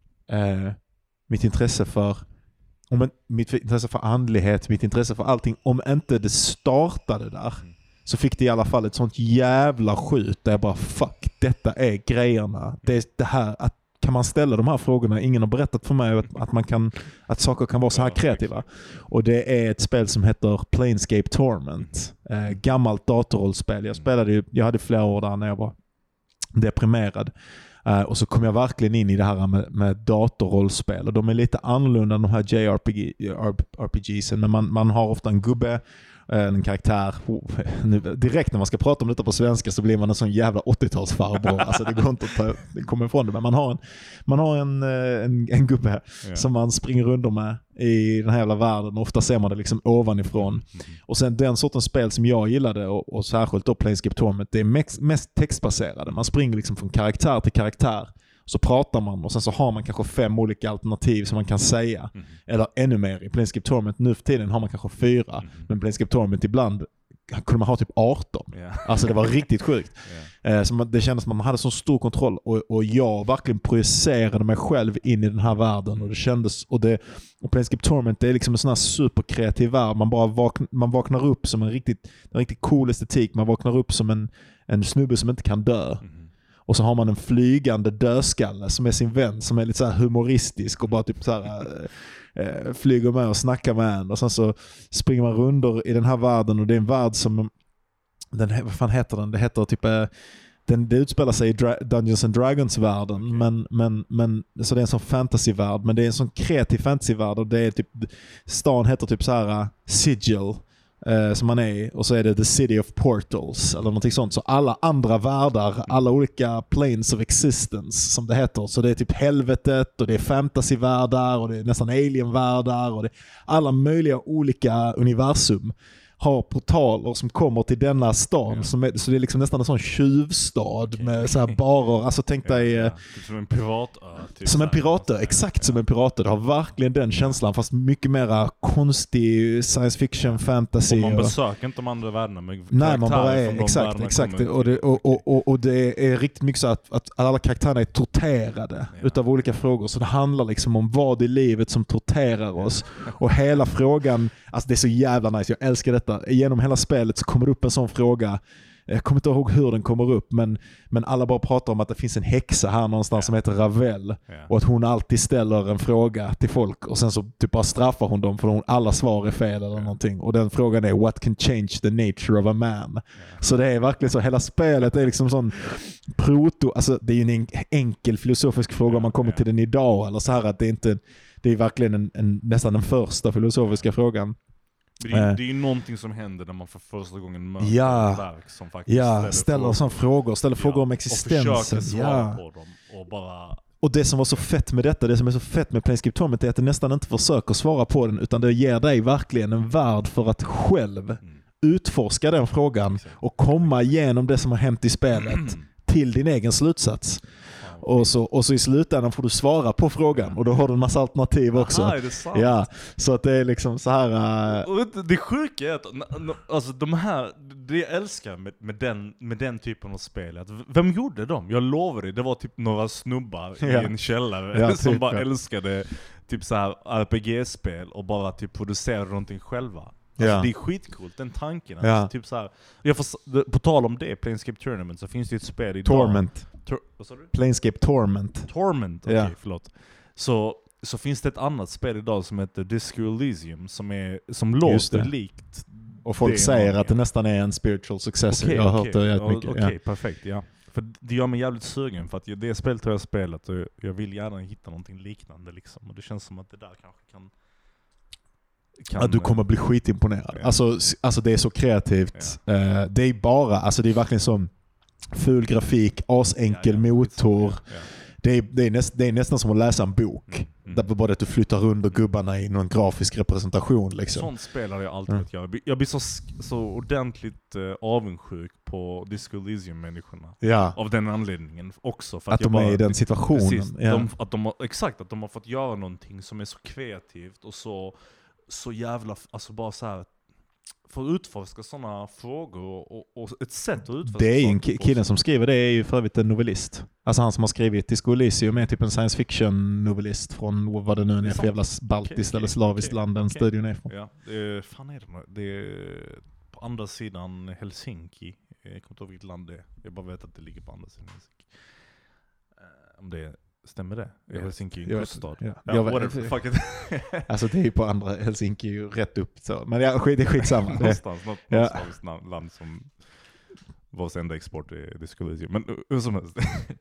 eh, mitt intresse för om en, mitt intresse för andlighet, mitt intresse för allting, om inte det startade där, Mm. så fick det i alla fall ett sånt jävla skjut där jag bara fuck, detta är grejerna. Det är det här, att kan man ställa de här frågorna? Ingen har berättat för mig att, att, man kan, att saker kan vara så här kreativa. Och det är ett spel som heter Planescape Torment. Eh, gammalt datorrollspel. Jag spelade ju, jag hade flera år där när jag var deprimerad. Uh, och så kom jag verkligen in i det här med, med datorrollspel. Och de är lite annorlunda än de här J R P G, R P Gsen. Men man, man har ofta en gubbe, en karaktär. Oh, nu, direkt när man ska prata om detta på svenska så blir man en sån jävla åttiotalsfarbror. Alltså det går inte att ta, det kommer ifrån det. Men man har en, man har en, en, en gubbe Ja. som man springer runt med i den här jävla världen. Ofta ser man det liksom ovanifrån. Mm. Och sen den sortens spel som jag gillade, och, och särskilt då Planescape Torment, det är mest, mest textbaserade. Man springer liksom från karaktär till karaktär. Så pratar man och sen så har man kanske fem olika alternativ som man kan säga. Mm. Eller ännu mer. I Planescape Torment nu för tiden har man kanske fyra. Mm. Men Planescape Torment ibland kunde man ha typ arton. Ja. Alltså det var riktigt sjukt. Ja. Eh, så man, det kändes som att man hade så stor kontroll. Och, och jag verkligen projicerade mig själv in i den här världen. Och det kändes... Och, det, och Planescape Torment, det är liksom en sån här superkreativ värld. Man bara vakn, man vaknar upp som en riktigt, en riktigt cool estetik. Man vaknar upp som en, en snubbe som inte kan dö. Mm. Och så har man en flygande dödskalle som är sin vän, som är lite så här humoristisk och bara typ så här, äh, flyger med och snackar med en. Och sen så springer man runder i den här världen, och det är en värld som, den, vad fan heter den? Det heter typ, äh, den, det utspelar sig i Dra- Dungeons and Dragons-världen, Okay. men, men, men så det är en sån fantasyvärld, men det är en sån kreativ fantasyvärld, och det är typ, stan heter typ så här uh, Sigil. Uh, som man är, och så är det The City of Portals eller någonting sånt. Så alla andra världar, alla olika planes of existence som det heter. Så det är typ helvetet, och det är fantasyvärldar, och det är nästan alienvärldar, och det är alla möjliga olika universum har portaler som kommer till denna stan. Ja. Som är, så det är liksom nästan en sån tjuvstad Okay. med så här barer. Alltså tänk Ja, dig... ja. eh, Typ som en piratö. Typ Som en så här. piratö, exakt som en piratö. Det har verkligen den känslan, fast mycket mera konstig science fiction, fantasy. Och man och- besöker inte de andra världarna med Nej, man bara karaktärer är, från de exakt, världarna exakt. kommer Och det, till. och, och, och, och det är riktigt mycket så att, att alla karaktärerna är torterade Ja. utav olika frågor. Så det handlar liksom om vad i livet som torterar oss. Och hela frågan, alltså det är så jävla nice, jag älskar detta. Genom hela spelet så kommer det upp en sån fråga. Jag kommer inte ihåg hur den kommer upp, men, men alla bara pratar om att det finns en häxa här någonstans Ja. som heter Ravel. Ja. Och att hon alltid ställer en fråga till folk, och sen så typ bara straffar hon dem för hon, alla svar är fel eller Ja. någonting. Och den frågan är what can change the nature of a man? Ja. Så det är verkligen så, hela spelet är liksom sån proto, alltså det är ju en en- enkel filosofisk fråga om man kommer Ja. till den idag, eller så här att det är inte, det är verkligen en, en, nästan den första filosofiska frågan. Det är, det är ju någonting som händer när man för första gången möter ja. ett verk som faktiskt ja, ställer, ställer sådana frågor, ställer ja. frågor om existensen. Och försöker svara ja. på dem. Och, bara... och det som var så fett med detta, det som är så fett med Planescape Torment är att det nästan inte försöker svara på den, utan det ger dig verkligen en värld för att själv mm. utforska den frågan Exakt. och komma igenom det som har hänt i spelet mm. till din egen slutsats. Och så, och så i slutändan får du svara på frågan och då har du en massa alternativ också. Aha, är det sant? Ja, så att det är liksom så här. Uh... Och det sjuka är att alltså de här, det jag älskar med, med, den, med den typen av spel, att vem gjorde dem? Jag lovar dig, det var typ några snubbar ja. i en källare ja, som typ, bara ja. älskade typ så här R P G-spel och bara typ producerade någonting själva. Alltså ja. det är skitcoolt, den tanken. Alltså, ja. typ så här, jag får, på tal om det, Planescape Tournament, så finns det ett spel idag. Torment. Tor- vad sa du? Planescape Torment. Torment, okej, okay, ja. förlåt. Så, så finns det ett annat spel idag som heter Disco Elysium som, är, som låter likt. Och folk säger att det nästan är en spiritual successor. Okay, jag har okay. hört det jättemycket. Okej, okay, ja. perfekt, ja. För det gör mig jävligt sugen, för att det spelet har jag spelat och jag vill gärna hitta någonting liknande liksom. Och det känns som att det där kanske kan... Kan, ja, du kommer bli skitimponerad. Ja. Alltså, alltså det är så kreativt. Ja. Uh, det är bara, alltså det är verkligen som full grafik, asenkel ja, ja. motor. Ja. Det, är, det, är näst, det är nästan som att läsa en bok. Mm. Mm. Där bara att du flyttar runt och gubbarna i någon grafisk representation. Liksom. Sånt spelar jag alltid. Mm. Jag blir, jag blir så, så ordentligt uh, avundsjuk på Disco Elysium-människorna. Ja. Av den anledningen också. För att, att de bara, är i den situationen. Precis, ja. de, att de har, exakt, att de har fått göra någonting som är så kreativt och så så jävla, alltså bara så här för att utforska sådana frågor och, och ett sätt att utforska. Det är en ki- killen som skriver det är ju för övrigt en novellist. Alltså han som har skrivit Disco Elysium är typ en science fiction novellist från vad det nu är för jävla baltiskt okay, eller slaviskt okay, land den okay. studion är från. Ja, det är, fan är det, det är på andra sidan Helsinki. Jag kommer inte ihåg vilket land det är. Jag bara vet att det ligger på andra sidan Helsinki. Uh, om det är Stämmer det? I yes. Helsinki, en kuststad. Ja. Ja, jag whatever, fuck it. Alltså det är ju på andra, Helsinki är ju rätt upp så. Men ja, skit, det är skitsamma. Någonstans, något, ja. något land som vars enda export är Disco Elysium. Men hur som helst.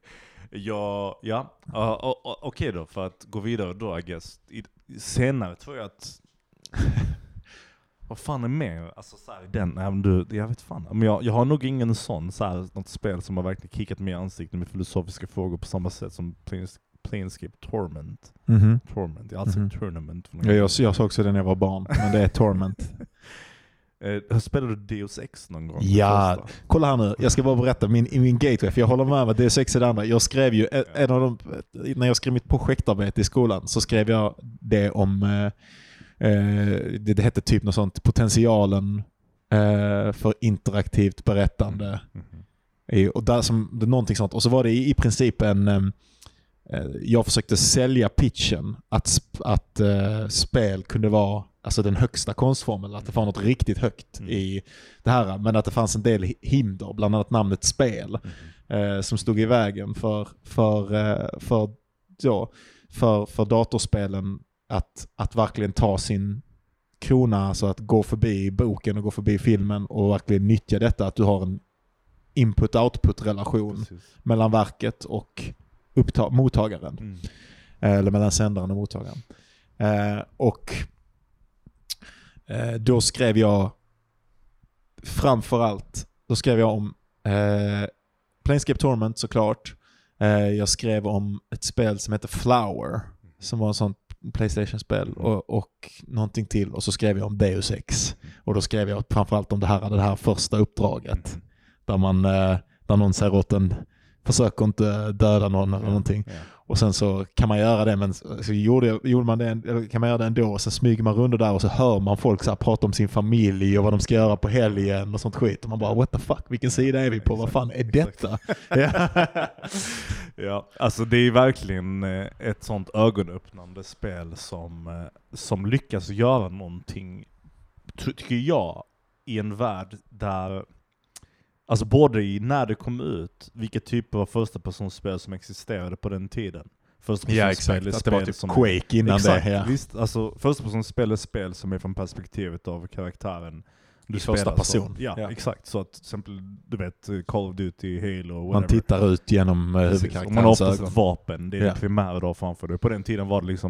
ja, ja. Uh, okej okay då, för att gå vidare då, I guess. I, senare tror jag att vad fan är med? Alltså så här, den, nej, du, jag vet fan. Men jag, jag har nog ingen sån, så här, något spel som har verkligen kickat mig i ansiktet med filosofiska frågor på samma sätt som Planes, Planescape Torment. Mm-hmm. Torment, det är alltså mm-hmm. Tournament. Ja, jag, jag såg också det när jag var barn, men det är Torment. eh, spelade du Deus Ex någon gång? Ja, kolla här nu. Jag ska bara berätta min, min gateway, för jag håller med om att Deus Ex är det andra. Jag skrev ju, ja. en av de, när jag skrev mitt projektarbete i skolan så skrev jag det om... Eh, Uh, det, det hette typ något sånt potentialen uh, för interaktivt berättande mm-hmm. I, och där som det någonting sånt och så var det i, i princip en um, uh, jag försökte sälja pitchen att, sp- att uh, spel kunde vara alltså den högsta konstformen, att det var något riktigt högt mm. i det här, men att det fanns en del hinder, bland annat namnet spel mm-hmm. uh, som stod i vägen för för uh, för ja, för för datorspelen Att, att verkligen ta sin krona, alltså att gå förbi boken och gå förbi filmen och verkligen nyttja detta, att du har en input-output-relation Precis. mellan verket och uppta- mottagaren. Mm. Eller mellan sändaren och mottagaren. Eh, och eh, då skrev jag framförallt, då skrev jag om eh, Planescape Torment såklart. Eh, jag skrev om ett spel som heter Flower, som var en sån PlayStation-spel och, och någonting till, och så skrev jag om Deus Ex och då skrev jag framförallt om det här, det här första uppdraget där man där någon säger åt en försöker inte döda någon eller någonting och sen så kan man göra det, men så gjorde, gjorde man det, eller kan man göra det ändå och sen smyger man runt där och så hör man folk så här prata om sin familj och vad de ska göra på helgen och sånt skit och man bara what the fuck, vilken sida är vi på, vad fan är detta? Ja, alltså det är verkligen ett sånt ögonöppnande spel som, som lyckas göra någonting, tycker jag, i en värld där, alltså både i när det kom ut, vilka typer av första personspel som existerade på den tiden. Första ja, exakt. Att det var typ som, Quake innan exakt, det. Ja. Visst, alltså första personspel är spel som är från perspektivet av karaktären. Du I första person. Så, ja, ja, exakt. Så att till exempel, du vet, Call of Duty, Halo, whatever. Man tittar ut genom uh, huvudkaraktärens ögon. Man har oftast ett vapen, det är ja. det primära då framför dig. På den tiden var det liksom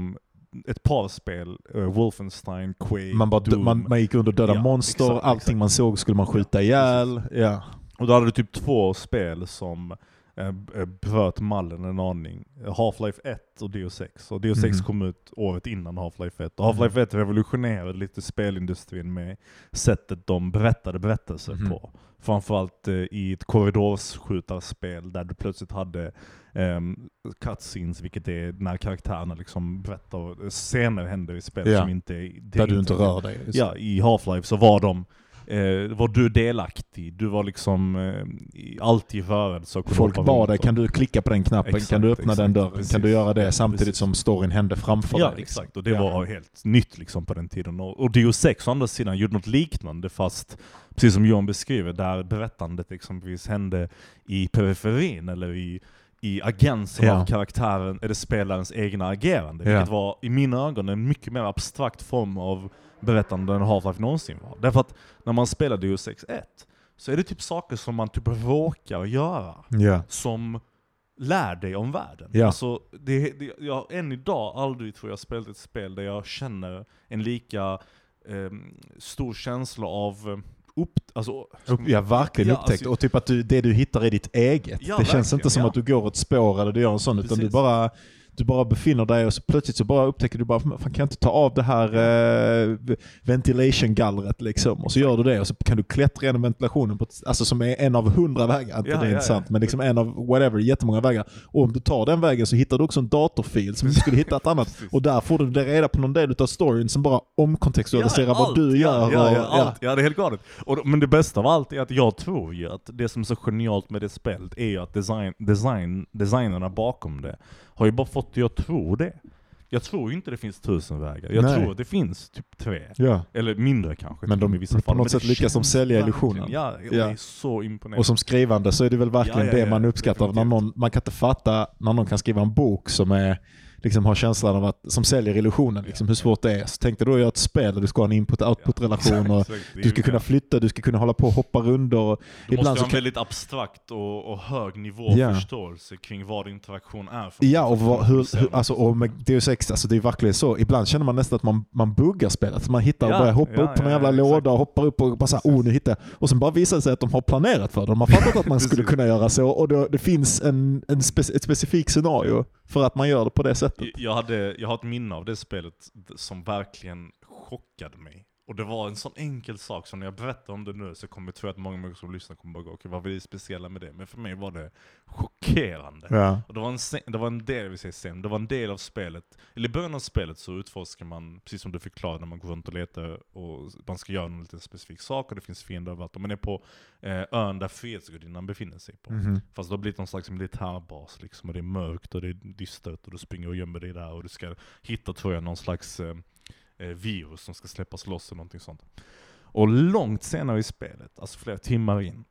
ett par spel, uh, Wolfenstein, Quake, Man, bara, Doom. man, man gick runt och dödade Ja, monster, exakt, allting exakt. man såg skulle man skjuta ihjäl. Ja. Och då hade du typ två spel som eh, bröt mallen en aning. Half-Life ett och D O sex. Och D O sex Mhm. kom ut året innan Half-Life ett. Och Half-Life ett revolutionerade lite spelindustrin med sättet de berättade berättelser Mhm. på. Framförallt eh, i ett korridorsskjutarspel där du plötsligt hade um, cutscenes, vilket är när karaktärerna liksom berättar scener händer i spel Ja. som inte är... det Där är du inte inte- rör dig. Just. Ja, i Half-Life så var de eh, var du delaktig. Du var liksom eh, i- alltid i rörelse. och kunde Folk hoppa bad runt dig, och- kan du klicka på den knappen? Exakt, kan du öppna den exakt, dörren? precis. Kan du göra det Ja, samtidigt precis. som storyn hände framför Ja, dig? liksom? exakt. Och det Ja. var helt nytt liksom på den tiden. Och, och D O sex å andra sidan gjorde något liknande, fast precis som Johan beskriver, där berättandet exempelvis hände i periferin eller i i agensen Ja. av karaktären eller spelarens egna agerande. Ja. Vilket var i mina ögon en mycket mer abstrakt form av berättande än Half-Life någonsin var. Därför att när man spelar D O sex ett så är det typ saker som man typ råkar göra. Ja. Som lär dig om världen. Ja. Alltså, det, det, jag har än idag aldrig tror jag spelat ett spel där jag känner en lika eh, stor känsla av eh, upp, alltså, Upp, ja, verkligen Ja, upptäckt. alltså- och typ att du, det du hittar är ditt eget. Ja, det känns verkligen, inte som ja. att du går ett spår eller du gör en sån, utan du Precis. bara, du bara befinner dig och så plötsligt så bara upptäcker du bara, fan kan jag inte ta av det här eh, ventilation-gallret liksom? Och så gör du det och så kan du klättra genom ventilationen på ett, alltså som är en av hundra vägar, inte Ja, det är ja, intressant, ja. men liksom en av whatever, jättemånga vägar. Och om du tar den vägen så hittar du också en datorfil som du skulle hitta ett annat. Precis. Och där får du det reda på någon del av storyn som bara omkontextualiserar Ja, vad allt, du ja, gör. Ja, och, ja, allt. Ja, det är helt galet. Och, då- men det bästa av allt är att jag tror ju att det som är så genialt med det spelet är ju att design, design, designerna bakom det har ju bara fått dig att tro det. Jag tror ju inte det finns tusen vägar. Jag Nej. tror att det finns typ tre. ja. Eller mindre kanske. Men till och de- med i vissa på fall. något Men sätt det lyckas de känns sälja verkligen- illusionen. Ja, Ja. det är så imponerande. Och som skrivande så är det väl verkligen Ja, ja, ja, det man ja, uppskattar. När definitivt. någon, man kan inte fatta när någon kan skriva en bok som är liksom har känslan av att, som säljer illusionen, liksom, hur svårt det är. Så tänkte du göra ett spel där du ska ha en input-output-relation och Exakt, det är du ska ju kunna det. flytta, du ska kunna hålla på och hoppa runder. Och Du ibland måste så ha en kan, väldigt abstrakt och, och hög nivå Ja. av förståelse kring vad interaktion är. För ja, och vad, hur, för- hur, alltså, och med D O sex, alltså det är verkligen så. Ibland känner man nästan att man, man buggar spelet. Man hittar och Ja, börjar hoppa ja, upp på någon ja, jävla ja, låda exakt. och hoppar upp och bara såhär, oh nu hittar jag. Och sen bara visar det sig att de har planerat för det. De har fattat att man skulle Precis. kunna göra så. Och då, det finns en, en spec, ett specifikt scenario för att man gör det på det sättet. Jag, hade, jag har ett minne av det spelet som verkligen chockade mig. Och det var en sån enkel sak som när jag berättar om det nu så kommer jag tro att många människor som lyssnar kommer bara gå, okej, vad är det speciella med det? Men för mig var det chockerande. Ja. Och det var en, scen, det var en del, vi säger sen, det var en del av spelet, eller i början av spelet så utforskar man, precis som du förklarade, när man går runt och letar och man ska göra en lite specifik sak och det finns fiender överallt. Och man är på eh, ön där Frihetsgudinnan befinner sig på. Mhm. Fast det har blivit någon slags militärbas liksom, och det är mörkt och det är dystert och du springer och gömmer dig där och du ska hitta, tror jag, någon slags eh, eh, virus som ska släppas loss eller någonting sånt. Och långt senare i spelet, alltså flera timmar in,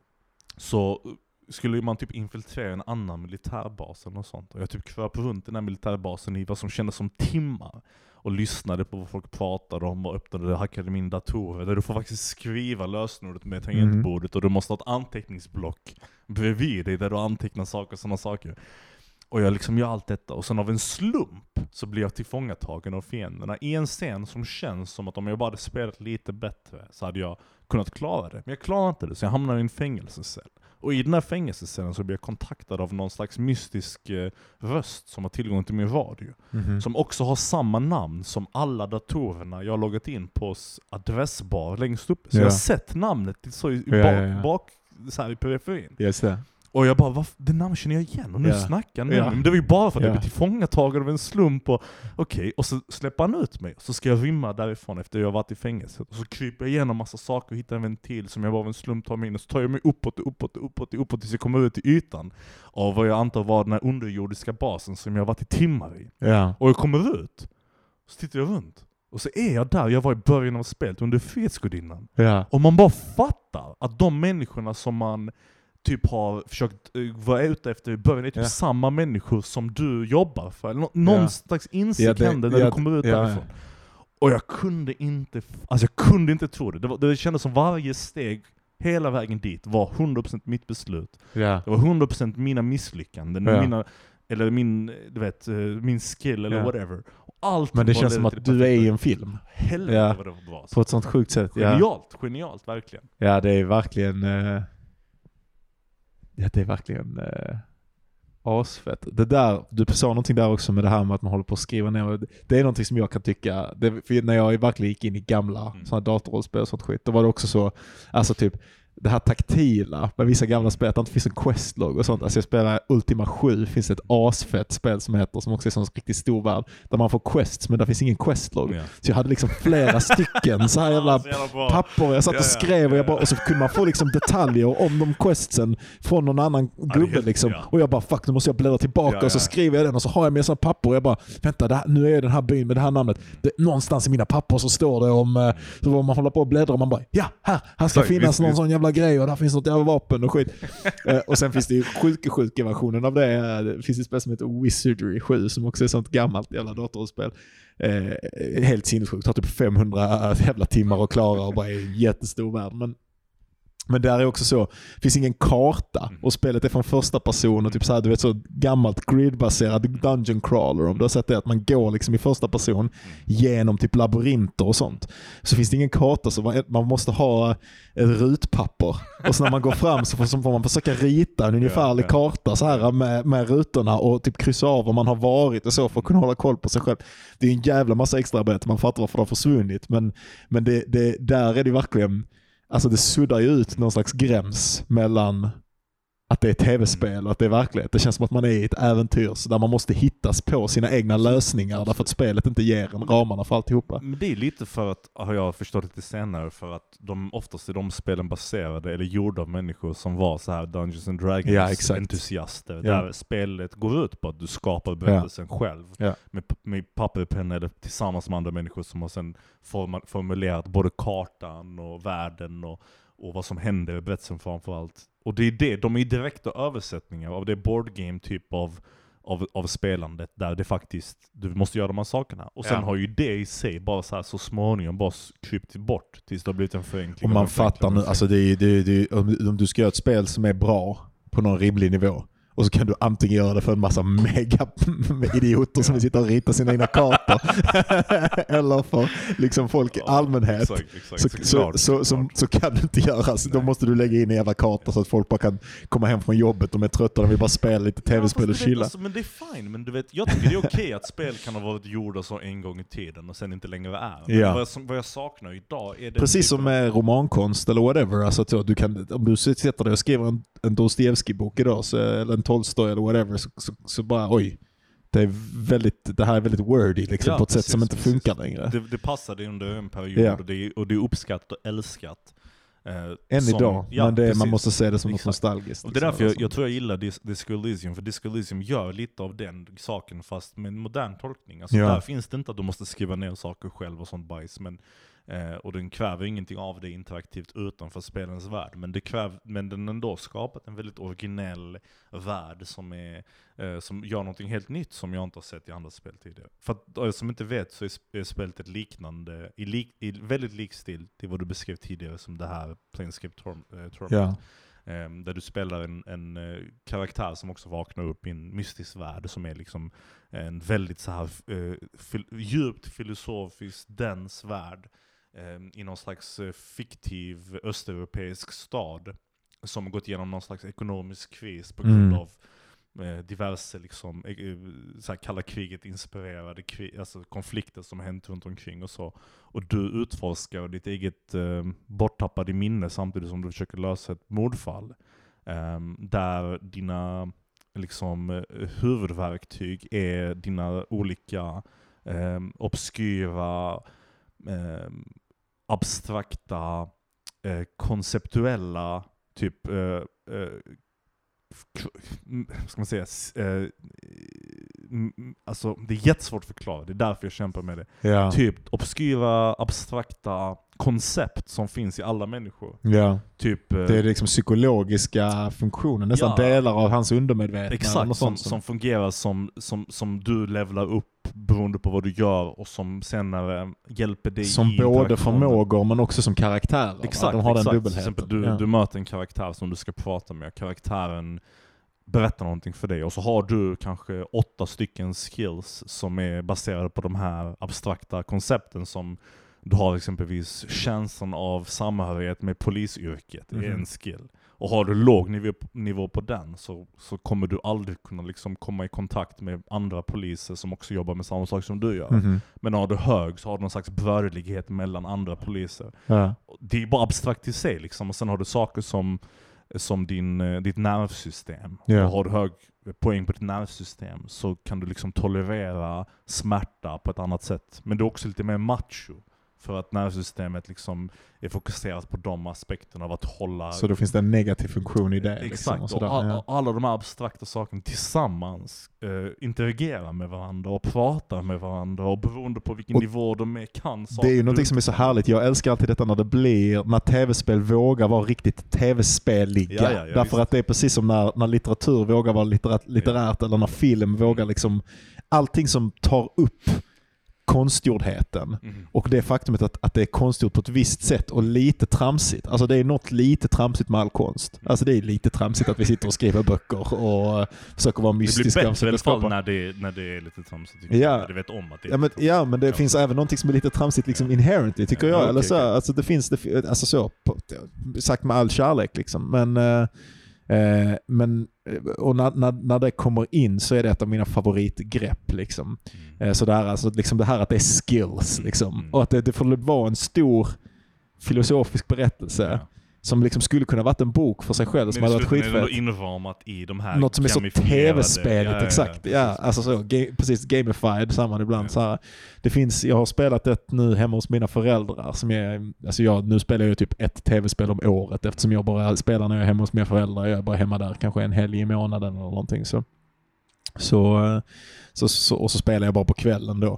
så skulle man typ infiltrera en annan militärbas eller något sånt. Och jag typ kröp runt den här militärbasen i vad som kändes som timmar och lyssnade på vad folk pratade om och öppnade och hackade min datorer. Där du får faktiskt skriva lösenordet med tangentbordet och du måste ha ett anteckningsblock bredvid dig där du antecknar saker och sådana saker. Och jag liksom gör allt detta och sen av en slump så blir jag tillfångatagen av fienderna i en scen som känns som att om jag bara hade spelat lite bättre så hade jag kunnat klara det. Men jag klarar inte det så jag hamnar i en fängelsecell. Och i den här fängelsecellen så blir jag kontaktad av någon slags mystisk eh, röst som har tillgång till min radio. Mhm. Som också har samma namn som alla datorerna jag har loggat in på s- adressbar längst upp. Så Ja. jag har sett namnet så i, i Ja, bak, ja, ja. bak så här i periferin. Just det. Och jag bara, vad, det namn känner jag igen och nu Ja. snackar han med Ja. mig. Men det var ju bara för att Ja. jag blev tillfångatagen av en slump. Och, okej, och så släpper han ut mig. Så ska jag rymma därifrån efter jag har varit i fängelset. Och så kryper jag igenom massa saker och hittar en ventil som jag bara av en slump tar mig in. Och så tar jag mig uppåt och uppåt och uppåt och uppåt tills jag kommer ut till ytan av vad jag antar var den här underjordiska basen som jag har varit i timmar i. Ja. Och jag kommer ut. Så tittar jag runt. Och så är jag där jag var i början av spelet under Frihetsgudinnan. Ja. Och man bara fattar att de människorna som man typ har försökt uh, vara ute efter i början är typ Ja. samma människor som du jobbar för. Eller nå- någon Ja. slags insikt Ja, det- händer när ja, du kommer ut ja, därifrån. Och jag kunde inte, f- alltså jag kunde inte tro det. Det, var, det kändes som varje steg hela vägen dit var hundra procent mitt beslut. Ja. Det var hundra procent mina misslyckanden, Ja. mina, eller min, du vet, min skill eller ja. whatever. Allt men det känns som att du är i en film. Helvete ja. vad det var bra. På ett sånt sjukt sätt. Genialt, ja. genialt, verkligen. Ja, det är verkligen uh... ja, det är verkligen uh... asfett. Det där, du sa någonting där också med det här med att man håller på att skriva ner. Det är någonting som jag kan tycka, det, för när jag verkligen gick in i gamla mm. sådana datorrollspel och sånt skit, då var det också så, alltså typ det här taktila med vissa gamla spel, att det inte finns en questlog och sånt. Alltså jag spelar Ultima sju, finns det ett asfett spel som heter, som också är en riktigt stor värld, där man får quests, men där finns ingen questlog. Ja. Så jag hade liksom flera stycken så här jävla ja, papper, jag satt och skrev och, jag bara, och så kunde man få liksom detaljer om de questsen från någon annan gubbe liksom. Ja. Och jag bara, fuck, nu måste jag bläddra tillbaka ja, ja. och så skriver jag den och så har jag med sådana papper och jag bara, vänta, det här, nu är jag i den här byn med det här namnet. Det, någonstans i mina papper så står det om, så man håller på och bläddrar och man bara, ja, här, här ska så, finnas visst, någon visst. sån jävla grej och där finns något jävla vapen och skit. eh, och sen finns det ju sjuka sjuka versionen av det. Det finns ett spel som heter Wizardry sju som också är sånt gammalt jävla datorspel. Eh, helt sinnessjukt. Har typ femhundra jävla timmar att klara och bara är en jättestor värld. Men Men där är också så, det finns ingen karta och spelet är från första person och typ så här, du vet, så gammalt gridbaserad dungeon crawler, om du har sett det, att man går liksom i första person genom typ labyrinter och sånt. Så finns det ingen karta, så man måste ha ett rutpapper och så när man går fram så får, så får man försöka rita en ungefärlig karta så här med, med rutorna och typ kryssa av var man har varit och så för att kunna hålla koll på sig själv. Det är en jävla massa extra arbete, man fattar varför det har försvunnit, men, men det, det, där är det verkligen. Alltså det suddar ju ut någon slags gräns mellan att det är tv-spel och att det är verklighet. Det känns som att man är i ett äventyr så där man måste hittas på sina egna lösningar därför att spelet inte ger en ramarna för alltihopa. Men det är lite för att, har jag förstått lite senare, för att de oftast är de spelen baserade eller gjorda av människor som var så här Dungeons and Dragons ja, entusiaster. Ja. Där spelet går ut på att du skapar berättelsen ja. själv ja. Med, med papper, penna eller tillsammans med andra människor som har sen formulerat både kartan och världen och, och vad som händer i berättelsen framför allt. Och det är det, de är direkta översättningar av det boardgame typ av, av, av spelandet där det faktiskt, du måste göra de här sakerna. Och sen ja. har ju det i sig bara så här så småningom bara krypt bort tills det har blivit en förenkling. Och man fattar nu, alltså det är, det är, det är, om, om du ska göra ett spel som är bra på någon rimlig nivå, och så kan du antingen göra det för en massa mega idioter som sitter och ritar sina egna kartor eller för liksom folk i allmänhet. Exakt, exakt, så, så, klart, så, så, så kan du inte göra. Så då måste du lägga in en jävla karta så att folk bara kan komma hem från jobbet. De är trötta, de vill bara spela lite tv-spel och chilla. Alltså, men det är fine, men du vet, jag tycker det är okej okay att spel kan ha varit gjorda så en gång i tiden och sen inte längre är. Ja. Vad, jag, vad jag saknar idag är det precis som med romankonst eller whatever. Alltså, att du kan, om du sitter där och skriver en, en Dostojevskij-bok idag så, eller en Tolstoj eller whatever, så, så, så bara oj, det är väldigt, det här är väldigt wordy liksom, ja, på ett precis, sätt som inte precis. funkar längre. Det, det passade under en period ja. och, det, och det är uppskattat och älskat. Eh, Än som, idag, ja, men det, man måste se det som något nostalgiskt. Och det är därför jag, jag tror jag gillar Dis- Disco Elysium, för Disco Elysium gör lite av den saken fast med en modern tolkning. Alltså ja. där finns det inte att du måste skriva ner saker själv och sånt bajs, men Eh, och den kräver ingenting av det interaktivt utanför spelens värld, men, det kräv, men den ändå skapat en väldigt originell värld som, är, eh, som gör någonting helt nytt som jag inte har sett i andra spel tidigare. För att, eh, som inte vet så är, är spelet ett liknande, i, lik, i väldigt lik stil till vad du beskrev tidigare som det här Planescape Torment. Eh, ja. eh, där du spelar en, en eh, karaktär som också vaknar upp i en mystisk värld som är liksom en väldigt så här eh, fil- djupt filosofiskt dens värld i någon slags fiktiv östeuropeisk stad som har gått igenom någon slags ekonomisk kris på grund mm. av eh, diverse liksom, eh, så här kalla kriget inspirerade krig, alltså konflikter som har hänt runt omkring och så. Och du utforskar ditt eget eh, borttappade minne samtidigt som du försöker lösa ett mordfall. Eh, där dina liksom, huvudverktyg är dina olika eh, obskyra eh, abstrakta, eh, konceptuella typ eh, eh, ska man säga eh, alltså det är jättesvårt att förklara, det är därför jag kämpar med det. Ja. Typ obskyra, abstrakta koncept som finns i alla människor. Ja. Typ, eh, det är liksom psykologiska funktioner, nästan ja, delar av hans undermedvetna. Exakt, som, som fungerar som, som, som du levlar upp beroende på vad du gör och som senare hjälper dig som i både förmågor men också som karaktärer. Exakt, de har exakt. den dubbelheten. Till exempel, du, ja. du möter en karaktär som du ska prata med. Karaktären berättar någonting för dig. Och så har du kanske åtta stycken skills som är baserade på de här abstrakta koncepten som du har exempelvis känslan av samhörighet med polisyrket. Det är Mhm. en skill. Och har du låg nivå, nivå på den så, så kommer du aldrig kunna liksom komma i kontakt med andra poliser som också jobbar med samma sak som du gör. Mhm. Men har du hög så har du någon slags bröderlighet mellan andra poliser. Ja. Det är bara abstrakt i sig liksom. Och sen har du saker som, som din, eh, ditt nervsystem. Ja. Och har du hög poäng på ditt nervsystem så kan du liksom tolerera smärta på ett annat sätt. Men det är också lite mer macho. För att nervsystemet liksom är fokuserat på de aspekterna av att hålla... Så då finns det en negativ funktion i det. Exakt, Liksom, och och sådär. all, Ja. alla de här abstrakta sakerna tillsammans eh, interagerar med varandra och pratar med varandra och beroende på vilken Och nivå de är kan Det är ju saker någonting som är så härligt. Jag älskar alltid detta när det blir, när tv-spel vågar vara riktigt tv-speliga. Ja, ja, ja, Därför visst. att det är precis som när, när litteratur vågar vara litterärt, litterärt eller när film vågar liksom, allting som tar upp konstgjordheten. Mm. Och det faktumet att, att det är konstgjort på ett visst sätt och lite tramsigt. Alltså det är något lite tramsigt med all konst. Alltså det är lite tramsigt att vi sitter och skriver böcker och försöker vara Det mystiska. blir och bättre i alla försöker fall skapa- när det, när det är lite tramsigt. Ja. När du vet om att det är Ja men, lite ja, men det tramsigt. finns även någonting som är lite tramsigt liksom inherently, tycker Ja, jag. okej, Eller så, okej. alltså det finns, det, alltså så, på, sagt med all kärlek liksom. Men, eh, eh, men och när, när, när det kommer in så är det ett av mina favoritgrepp liksom. Mm. Eh, så det här, alltså, liksom det här att det är skills liksom. Mm. Och att det, det får vara en stor filosofisk berättelse. Ja. Som liksom skulle kunna varit en bok för sig själv som Men hade i varit slutändan är det skitfett. ändå inramat i de här Något som är så gamifierade- tv-speligt, Ja, ja, ja, exakt. precis. Ja, alltså så, ga- precis, gamified, samman ibland. Ja. Så här. Det finns, jag har spelat ett nu hemma hos mina föräldrar. Som är, alltså jag, nu spelar jag typ ett tv-spel om året eftersom jag bara spelar när jag är hemma hos mina föräldrar. Jag är bara hemma där kanske en helg i månaden eller någonting. Så, så, så, så, och så spelar jag bara på kvällen då.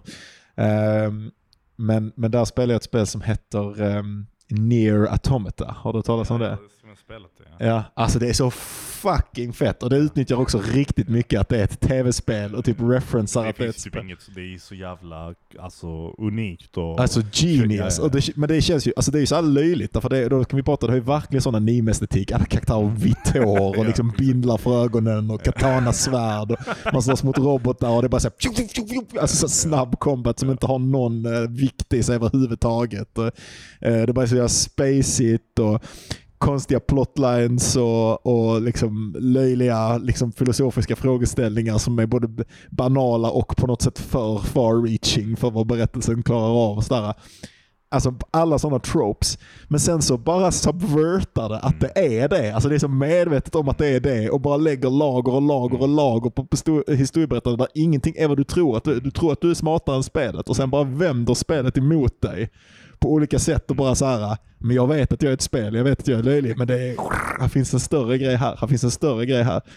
Um, men, men där spelar jag ett spel som heter um, Nier Automata. Har du talat om det? Ja, som jag spelat det, ja. Ja, alltså det är så fucking fett. Och det utnyttjar också riktigt mycket att det är ett tv-spel och typ referensar Det att det är ett finns typ spel. inget, det är så jävla alltså, unikt och... Alltså genius. Ja, ja. Och det, men det känns ju, alltså det är ju så här löjligt. Därför det, då kan vi prata, det har ju verkligen sån anime-estetik. Alla karaktärer har vitt hår och liksom bindlar för ögonen och katana-svärd. Och man slåss mot robotar och det är bara så här, alltså så snabb combat som inte har någon eh, vikt i sig överhuvudtaget. Och, eh, det är bara så jävla spacigt och konstiga plotlines och, och liksom löjliga liksom filosofiska frågeställningar som är både banala och på något sätt för far-reaching för vad berättelsen klarar av. Och sådär. Alltså alla sådana tropes. Men sen så bara subvertar det att det är det. Alltså det är så medvetet om att det är det och bara lägger lager och lager och lager på historieberättande där ingenting är vad du tror. Att du, du tror att du är smartare än spelet och sen bara vänder spelet emot dig på olika sätt och bara så här, men jag vet att jag är ett spel, jag vet att jag är löjlig, men det är, här finns en större grej här, här finns en större grej här.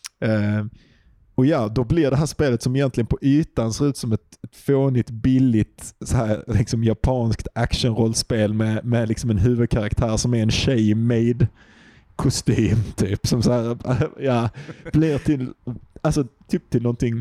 Uh, och ja, då blir det här spelet som egentligen på ytan ser ut som ett, ett fånigt, billigt så här, liksom japanskt actionrollspel med, med liksom en huvudkaraktär som är en tjej made kostym typ, som så här, ja, blir till, alltså typ till någonting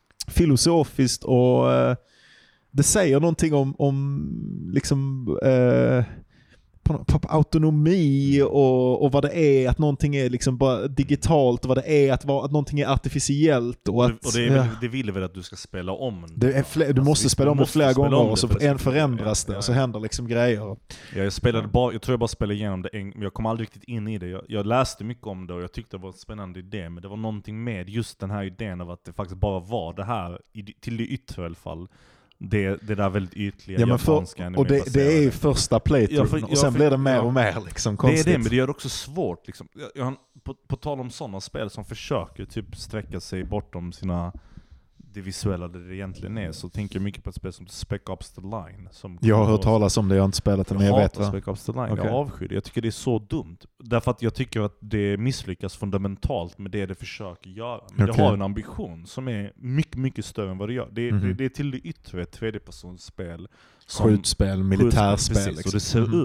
filosofiskt och uh, det säger någonting om, om liksom eh, på, på, på autonomi och, och vad det är att någonting är liksom bara digitalt och vad det är att, vara, att någonting är artificiellt. Och, att, och det, är väl, ja, det vill väl att du ska spela om. det är fler, du Alltså, måste visst, spela om det måste flera spela gånger om och så det för att en det ska- förändras ja, det och ja, så ja. händer liksom grejer. Ja, jag, spelade bara, jag tror jag bara spelade igenom det en, men jag kom aldrig riktigt in i det. Jag, jag läste mycket om det och jag tyckte det var en spännande idé, men det var någonting med just den här idén av att det faktiskt bara var det här, i, till det yttre i alla fall. Det, det där väldigt ytliga Ja, men för, japanska och det, det är ju första playthrough Ja, för- och ja, sen för- blir det mer ja. och mer liksom Det konstigt. är det, men det gör det också svårt. Liksom. Jag, jag, på, på tal om sådana spel som försöker typ sträcka sig bortom sina det visuella det, det egentligen är, så tänker jag mycket på ett spel som Spec Ops The Line. Som Jag har hört talas om det, jag har inte spelat det, men jag, jag vet hatar vad. Spec Ops The Line, Okay. jag avskyr det. Jag tycker det är så dumt. Därför att jag tycker att det misslyckas fundamentalt med det det försöker göra. Men Okay. det har en ambition som är mycket, mycket större än vad det gör. Det, Mhm. det, det är till det yttre ett tredjepersonsspel. som- Skjutspel, militärspel. Precis, liksom. och det ser Mhm. ut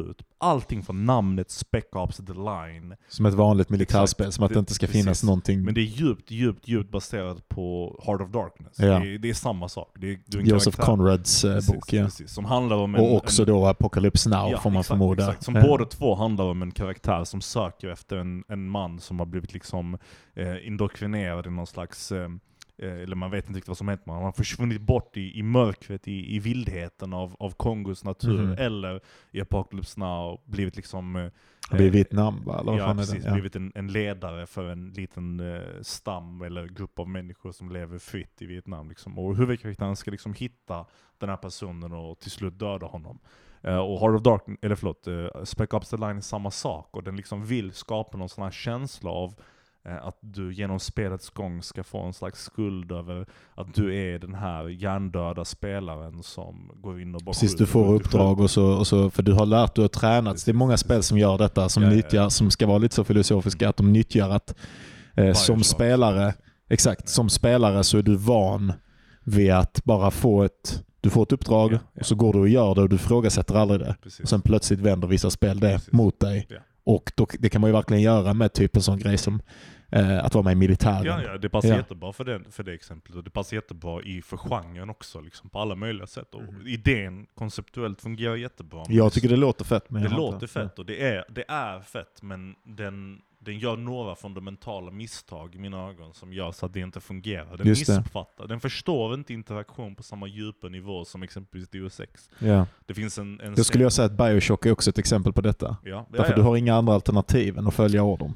allting från namnet Spec Ops The Line. Som ett vanligt militärspel, som att det, det inte ska precis. finnas någonting. Men det är djupt, djupt, djupt baserat på Heart of Darkness. Ja. Det, är, det är samma sak. Det är, du är en Joseph karaktär. Conrads precis, bok, ja. Precis, som handlar om en, och också en, då Apocalypse Now, ja, får man exakt, förmoda. Exakt. Som ja. båda två handlar om en karaktär som söker efter en, en man som har blivit liksom eh, indoktrinerad i någon slags... Eh, eller man vet inte riktigt vad som heter, man har försvunnit bort i, i mörkret, i, i vildheten av, av Kongos natur, mm. eller i Apocalypse Now blivit liksom... Eh, blivit Vietnam, va? Eller ja, precis, det? Ja. blivit en, en ledare för en liten eh, stam eller grupp av människor som lever fritt i Vietnam. Liksom. Och huvudkaraktären ska liksom hitta den här personen och till slut döda honom. Uh, och Heart of Darkness, eller förlåt, uh, Spec Ops The Line är samma sak, och den liksom vill skapa någon sån här känsla av att du genom spelets gång ska få en slags skuld över att du är den här hjärndöda spelaren som går in och bara precis, du får uppdrag och så, och så, för du har lärt, du har tränat. Precis. Det är många spel som gör detta, som, ja, nyttjar, ja, ja. som ska vara lite så filosofiska, att de nyttjar att eh, som spelare, exakt, ja. som spelare så är du van vid att bara få ett, du får ett uppdrag, ja, ja. och så går du och gör det och du frågasätter aldrig det. Precis. Och sen plötsligt vänder vissa spel det Precis. mot dig. Ja. Och då, det kan man ju verkligen göra med typ en sån grej som eh, att vara med i militären. Ja, ja, det passar ja. jättebra för det, för det exemplet. Och det passar jättebra i för genren också, liksom, på alla möjliga sätt. Och mm. idén konceptuellt fungerar jättebra. Jag tycker det låter fett. Men det låter fett, och det är, det är fett, men den, den gör några fundamentala misstag i mina ögon som gör så att det inte fungerar. Den Just missuppfattar. Den förstår inte interaktion på samma djupa nivå som exempelvis D O sex. Ja. Det finns en, en Då skulle jag säga att Bioshock är också ett exempel på detta. Ja. Därför ja, ja. du har inga andra alternativ än att följa ordern.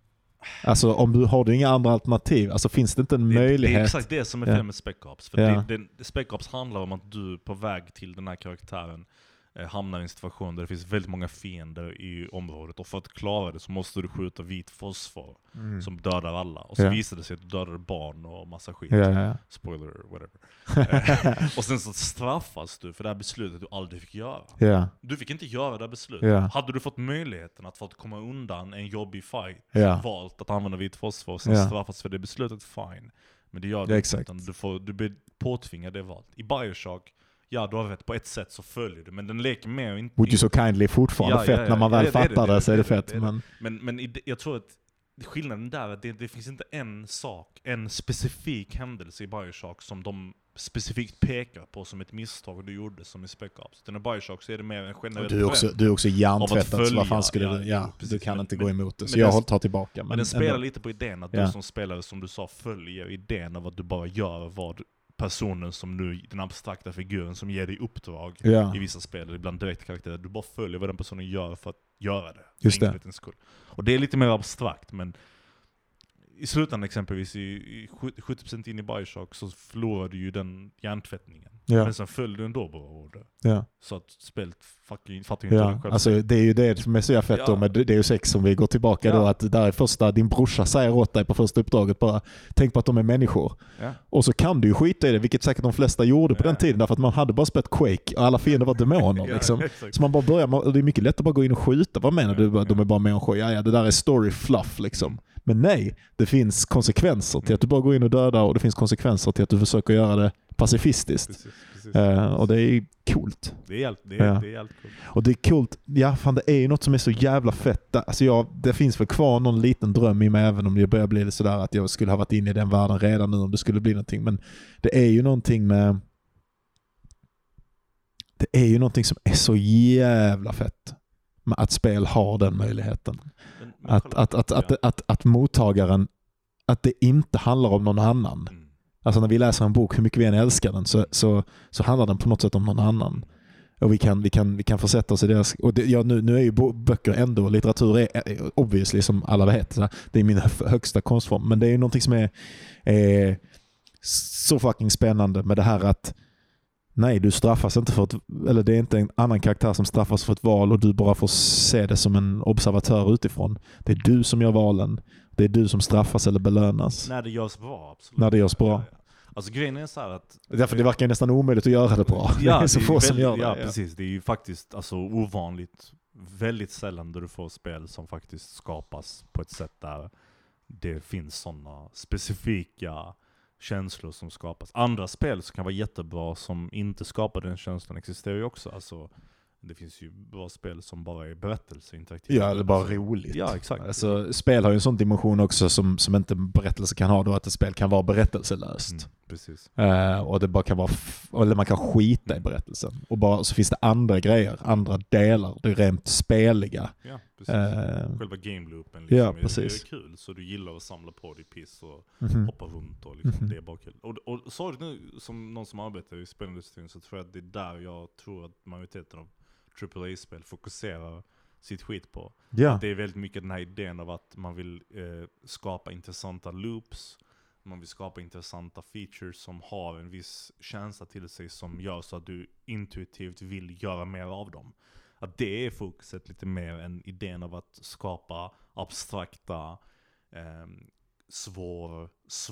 Alltså om du har du inga andra alternativ, alltså finns det inte en det, möjlighet. Det är exakt det som är ja. fel med Spec Ops. För ja. det, det, Spec Ops handlar om att du på väg till den här karaktären eh, hamnar i en situation där det finns väldigt många fiender i området, och för att klara det så måste du skjuta vit fosfor mm. som dödar alla. Och så ja. visar det sig att du dödar barn och massa skit. Ja, ja, ja. Spoiler, whatever. Och sen så straffas du för det här beslutet du aldrig fick göra. Ja. Du fick inte göra det här beslutet. Ja. Hade du fått möjligheten att få komma undan en jobbig fight, ja. valt att använda vit fosfor och sen ja. straffas för det beslutet, fine. Men det gör ja, det, utan du, får, du blir påtvingad det valt. I Bioshock, ja, du har rätt, på ett sätt så följer du, men den leker med och inte... Would you so kindly fortfarande ja, fett, ja, ja, när man väl det, fattar det, det, det så är det, det fett. Det, det, men men, men i, jag tror att skillnaden där är att det, det finns inte en sak, en specifik händelse i Bioshock som de specifikt pekar på som ett misstag du gjorde som i Spec Ops. Den är Bioshock så är det mer en generell du är också, du är också hjärntvättad, så vad fan skulle ja, du... Ja, precis, du kan men, inte men, gå emot det. Så men jag den, tar tillbaka. Men, men den spelar ändå. lite på idén att ja. du som spelare, som du sa, följer idén av att du bara gör vad personen som nu, den abstrakta figuren som ger dig uppdrag ja. i vissa spel, ibland direkt karaktärer. Du bara följer vad den personen gör för att göra det. Just det. Skull. Och det är lite mer abstrakt, men i slutändan exempelvis i, i sjuttio procent in i Bioshock så förlorar du ju den hjärntvättningen. Ja. Men sen följer du ändå bara order. Ja. Så att spelet fucking, fattar ju inte ja. det själv. Alltså det är ju det som är så fett ja. då med D O sex som vi går tillbaka ja. då, att där är första, din brorsa säger åt dig på första uppdraget bara, tänk på att de är människor. Ja. Och så kan du ju skita i det, vilket säkert de flesta gjorde på ja. den tiden, därför att man hade bara spelat Quake och alla fiender var demoner ja, liksom. Så man bara börjar, det är mycket lätt att bara gå in och skjuta. Vad menar ja, du? Ja. De är bara människor. Ja, ja, det där är story fluff liksom. Men nej, det finns konsekvenser till att du bara går in och dödar, och det finns konsekvenser till att du försöker göra det pacifistiskt. Precis, precis. Uh, och det är coolt. Det är, det är, ja. det är allt coolt. Och det är coolt. Ja, fan, det är ju något som är så jävla fett. Alltså jag, det finns väl kvar någon liten dröm i mig, även om det börjar bli sådär att jag skulle ha varit inne i den världen redan nu om det skulle bli någonting. Men det är ju någonting med... Det är ju någonting som är så jävla fett med att spel har den möjligheten. Men, men att, att, att, att, att, att, att mottagaren, att det inte handlar om någon annan. Mm. Alltså när vi läser en bok, hur mycket vi än älskar den, så, så, så handlar den på något sätt om någon annan. Och vi kan, vi kan, vi kan försätta oss i deras... Och det, ja, nu, nu är ju böcker ändå, litteratur är, är obviously, som alla vet, så det är min högsta konstform. Men det är ju någonting som är, är så fucking spännande med det här att nej, du straffas inte för ett, eller det är inte en annan karaktär som straffas för ett val och du bara får se det som en observatör utifrån. Det är du som gör valen. Det är du som straffas eller belönas. När det görs bra, absolut. När det görs bra. Ja, ja. Alltså grejen är så här att... Därför det verkar nästan omöjligt att göra det bra. Ja, det är så det är få väldigt, som gör det. Ja, ja, precis. Det är ju faktiskt alltså, ovanligt, väldigt sällan där du får spel som faktiskt skapas på ett sätt där det finns sådana specifika känslor som skapas. Andra spel som kan vara jättebra som inte skapar den känslan existerar ju också. Alltså, Det finns ju bra spel som bara är berättelse, interaktiva. Ja, det är bara roligt. Ja, exakt. Alltså, spel har ju en sån dimension också som, som inte berättelse kan ha, då att ett spel kan vara berättelselöst. Mm, precis. Uh, och det bara kan vara f- eller man kan skita i berättelsen. Och bara, så finns det andra grejer, andra delar, det är rent speliga. Ja, precis. Uh, Själva game-loopen liksom, ja, är, precis. är kul, så du gillar att samla på dig piss och mm-hmm. hoppa runt och liksom, Mhm. det är bara kul. Och, och så nu, som någon som arbetar i spelindustrin, så tror jag att det är där jag tror att majoriteten av triple A-spel fokuserar sitt skit på. Ja. Det är väldigt mycket den här idén av att man vill eh, skapa intressanta loops, man vill skapa intressanta features som har en viss känsla till sig som gör så att du intuitivt vill göra mer av dem. Att det är fokuset lite mer än idén av att skapa abstrakta, eh, svår,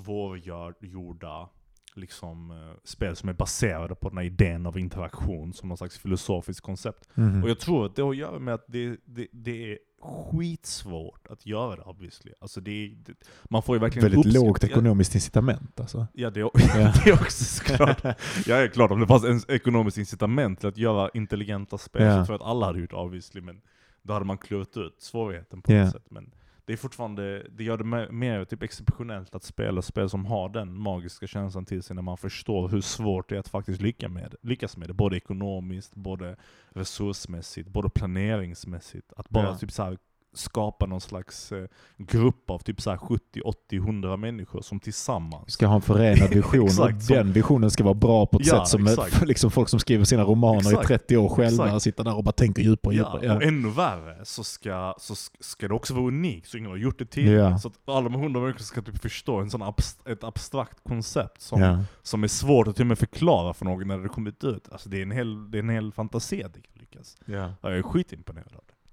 svårgjorda liksom, eh, spel som är baserade på den här idén av interaktion som någon slags filosofiskt koncept. Mm. Och jag tror att det har att göra med att det, det, det är skitsvårt att göra det, obviously. Alltså det, det, man får ju verkligen väldigt uppskatta- lågt ekonomiskt incitament alltså. Ja, det är, Ja. det är också såklart. Jag är klart, om det fanns en ekonomiskt incitament till att göra intelligenta spel, Ja. så tror jag att alla hade gjort, obviously, men då hade man klurat ut svårigheten på Ja. något sätt. Men det är fortfarande, det gör det mer, mer typ exceptionellt att spela spel som har den magiska känslan till sig när man förstår hur svårt det är att faktiskt lyckas med, lyckas med det. Både ekonomiskt, både resursmässigt, både planeringsmässigt. Att bara Ja. typ så här skapa någon slags eh, grupp av typ så här sjuttio, åttio, hundra människor som tillsammans Ska ha en förenad vision Exakt, och som- den visionen ska vara bra på ett Ja, sätt som exakt. är, liksom folk som skriver sina romaner Exakt. i trettio år själva Exakt. sitter där och bara tänker djupare och Ja, djupare. och Ja. ännu värre så ska, så sk- ska det också vara unikt, så ingen har gjort det tidigare. Ja. Så att alla de hundra människor ska typ förstå en sån abst- ett abstrakt koncept som, Ja. som är svårt att till och med förklara för någon när det kommit ut. Alltså det är en hel, det är en hel fantasi att det kan lyckas. Ja. Jag är skitimponerad av det.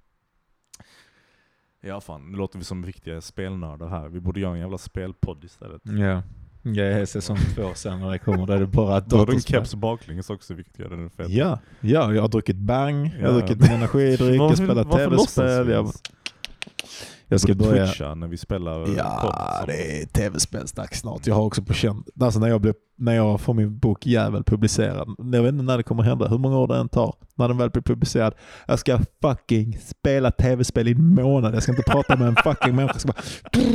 Ja fan, nu låter vi som riktiga spelnördar här. Vi borde göra en jävla spelpodd istället. Ja. Jag är säsong två sen när det kommer. Där är det bara ett Då har du en datorspel. keps baklänges också, vilket gör den fett. Ja. Ja, jag har druckit bang, jag har Ja. druckit min energidryck, jag Varför- spelar varför tv-spel. låtsas vi Jag, ens? jag ska Borde börja... twitcha när vi spelar podd Ja, tillsammans. det är tv-spelsdags snart. Jag har också på känt... Alltså när jag, blir, när jag får min bok Jävel publicerad, jag vet inte när det kommer hända, hur många år det än tar, när den väl blir publicerad. Jag ska fucking spela tv-spel i en månad. Jag ska inte prata med en fucking människa. Jag ska bara...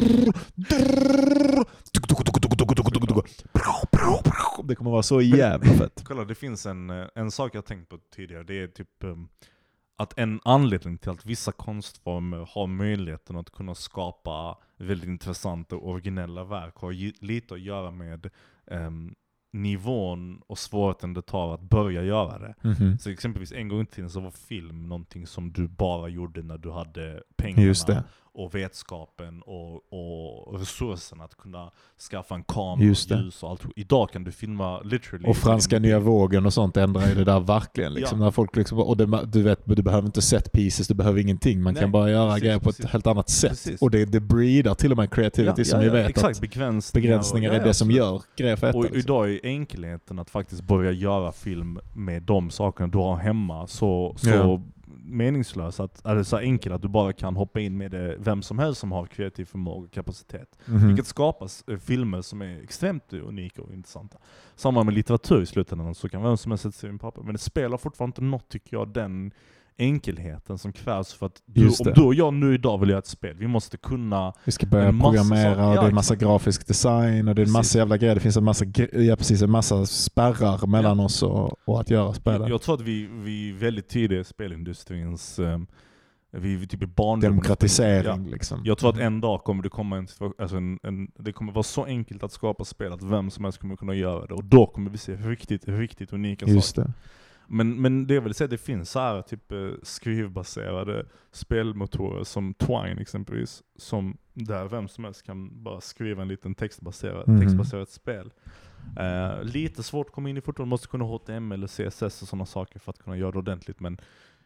Det kommer vara så jävla fett. Kolla, det finns en, eh, en sak jag tänkt på tidigare. Det är typ um, att en anledning till att vissa konstformer har möjligheten att kunna skapa väldigt intressanta och originella verk har gi- lite att göra med um, nivån och svårigheten det tar att börja göra det. Mm-hmm. Så exempelvis en gång i tiden så var film någonting som du bara gjorde när du hade pengarna. Just det. Och vetskapen och, och resursen att kunna skaffa en kamera Just och det. ljus och allt. Idag kan du filma literally. Och franska nya vågen och sånt ändrar ju det där verkligen. Liksom, Ja. när folk liksom, och det, du vet, du behöver inte set pieces, du behöver ingenting. Man Nej, kan bara göra precis, grejer på precis. ett helt annat sätt. Precis. Och det, det breedar till och med creativity som vi vet exakt, att begränsningar, begränsningar och, är ja, det som absolut. gör grejer feta. Och liksom. idag är enkelheten att faktiskt börja göra film med de sakerna du har hemma så, så Ja. meningslös. Att, är det så enkelt att du bara kan hoppa in med det, vem som helst som har kreativ förmåga och kapacitet. Mhm. Vilket skapas eh, filmer som är extremt unika och intressanta. Samma med litteratur i slutändan, så kan vem som helst sätta sig i en papper. Men det spelar fortfarande inte något, tycker jag, den enkelheten som krävs för att du, Just om det. du och jag nu idag vill göra ett spel, vi måste kunna. Vi ska börja en massa programmera saker. och Ja, det är en massa exakt. grafisk design och det är en massa Precis. jävla grejer. Det finns en massa, gre- ja, precis, en massa spärrar mellan oss och, och att göra spelen. Jag, jag tror att vi, vi är väldigt tidiga i spelindustrins um, vi är typ i barndomen. Demokratisering Ja. liksom. Jag tror att en dag kommer det komma en, alltså en, en det kommer vara så enkelt att skapa spel att vem som helst kommer kunna göra det, och då kommer vi se riktigt, riktigt unika Just saker. det. Men, men det vill säga, det finns så här typ eh, skrivbaserade spelmotorer som Twine exempelvis, som där vem som helst kan bara skriva en liten textbaserad, Mhm. textbaserat spel. Eh, lite svårt att komma in i fortfarande, måste kunna H T M L eller C S S och sådana saker för att kunna göra det ordentligt, men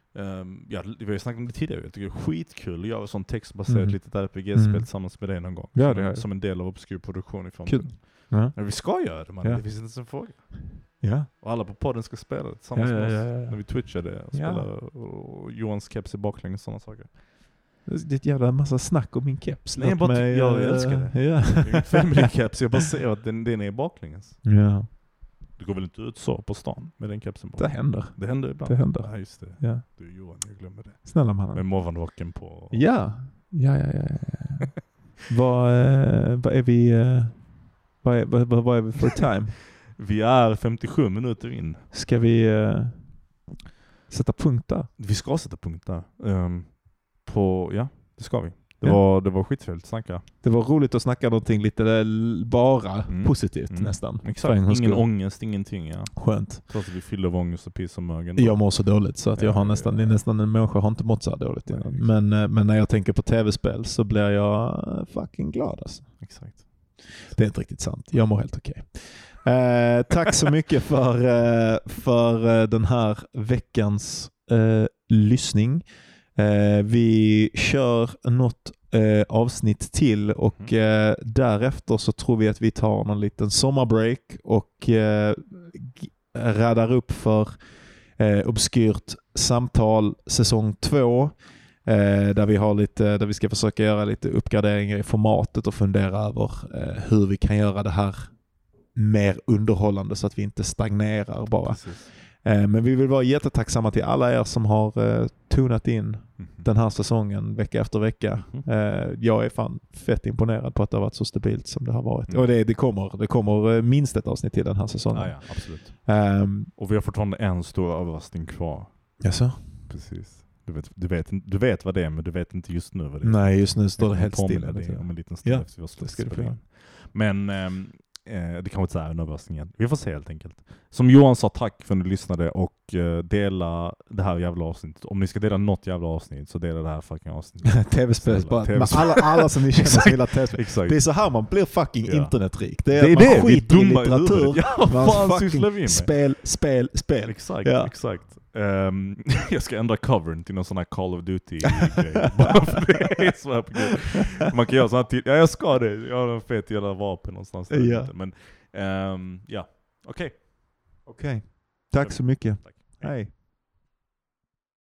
Um, ja, vi har ju snackat om det tidigare. Jag tycker det är skitkul att göra sån textbaserat Mm. litet R P G-spel Mm. tillsammans med dig någon gång. Ja, som, det är- som en del av obskur produktion i framtiden. Kul. Ja. Men vi ska göra det, man. Ja. Det finns inte ens en fråga. Ja. Och alla på podden ska spela det tillsammans Ja, ja, med oss. ja, ja. När vi twitchar det och Ja. spelar och Johans keps i baklänges, sådana saker. Det är ett jävla massa snack om min keps. Nej, jag Låt bara mig, tycker- jag eh, älskar det. Ja. Det är inte fel med din keps, jag bara ser att den, den är baklänges. Ja. Du går väl inte ut så på stan med den kepsen på? Det händer. Det händer ibland. Det händer. Ja, just det. Ja. Du Johan, jag glömmer det. Snälla mannen. Med morgonrocken på. Ja. Ja, ja, ja. ja. vad, eh, vad är vi... Eh, vad, är, vad, vad är vi för time? Vi är femtiosju minuter in. Ska vi eh, sätta punkt där? Vi ska sätta punkt där. Um, på, ja, det ska vi. Det, Ja. var, det var skitfällt att snacka. Det var roligt att snacka någonting lite l- bara Mm. positivt Mm. nästan. Exakt. För en gångs Ingen skull. ångest, ingenting. Ja. Skönt. Trots att vi fyller av ångest och piss och mögen. Jag mår så dåligt så att jag Ja, har ja, nästan, ja. det är nästan en människa har inte mått så här dåligt innan. Nej, exakt. Men, eh, men när jag tänker på tv-spel så blir jag fucking glad alltså. Exakt. Det är inte riktigt sant. Jag mår helt okej. Eh, tack så mycket för, eh, för eh, den här veckans eh, lyssning. Eh, vi kör något eh, avsnitt till och eh, därefter så tror vi att vi tar någon liten sommarbreak och eh, g- räddar upp för eh, Obskyrt samtal säsong två. Eh, där vi har lite, där vi ska försöka göra lite uppgraderingar i formatet och fundera över eh, hur vi kan göra det här mer underhållande så att vi inte stagnerar bara. Precis. Eh, men vi vill vara jättetacksamma till alla er som har eh, tonat in Mhm. den här säsongen vecka efter vecka. Mhm. Eh, jag är fan fett imponerad på att det har varit så stabilt som det har varit. Mm. Och det, det kommer, det kommer eh, minst ett avsnitt till den här säsongen. Ja, ja, absolut. Ehm, Och vi har fortfarande en stor överraskning kvar. jaså? Precis. Du vet, du, vet, du vet vad det är, men du vet inte just nu vad det är. Nej, just nu står Jag det kommer helt påminna stilla. dig om en liten stund Ja, efter vi har det ska du få spela göra. in. Men ehm, eh, det kan inte säga en överraskning igen. Vi får se helt enkelt. Som Johan sa, tack för att ni lyssnade och eh, dela det här jävla avsnittet. Om ni ska dela något jävla avsnitt så dela det här fucking avsnittet. Tv-spel. Snälla, Bara, med tv-spel. alla, alla som ni känner som gillar tv-spel. Exakt. Det är så här man blir fucking Ja. internetrik. Det är, Det är att man det, vi är skiter i dumma i litteratur. huvudet. Ja, vad Man fan fucking sysslar vi med? Spel, spel, spel. Exakt, Ja. exakt. Um, jag ska ändra covern till någon sån här Call of Duty-grej. Bara för det är så här på gud. Man kan göra sån här till. Ja, jag ska det. Jag har en fet jävla vapen någonstans. Där Ja. ute. Men um, ja, okej. Okej. Tack så mycket. Tack. Hej.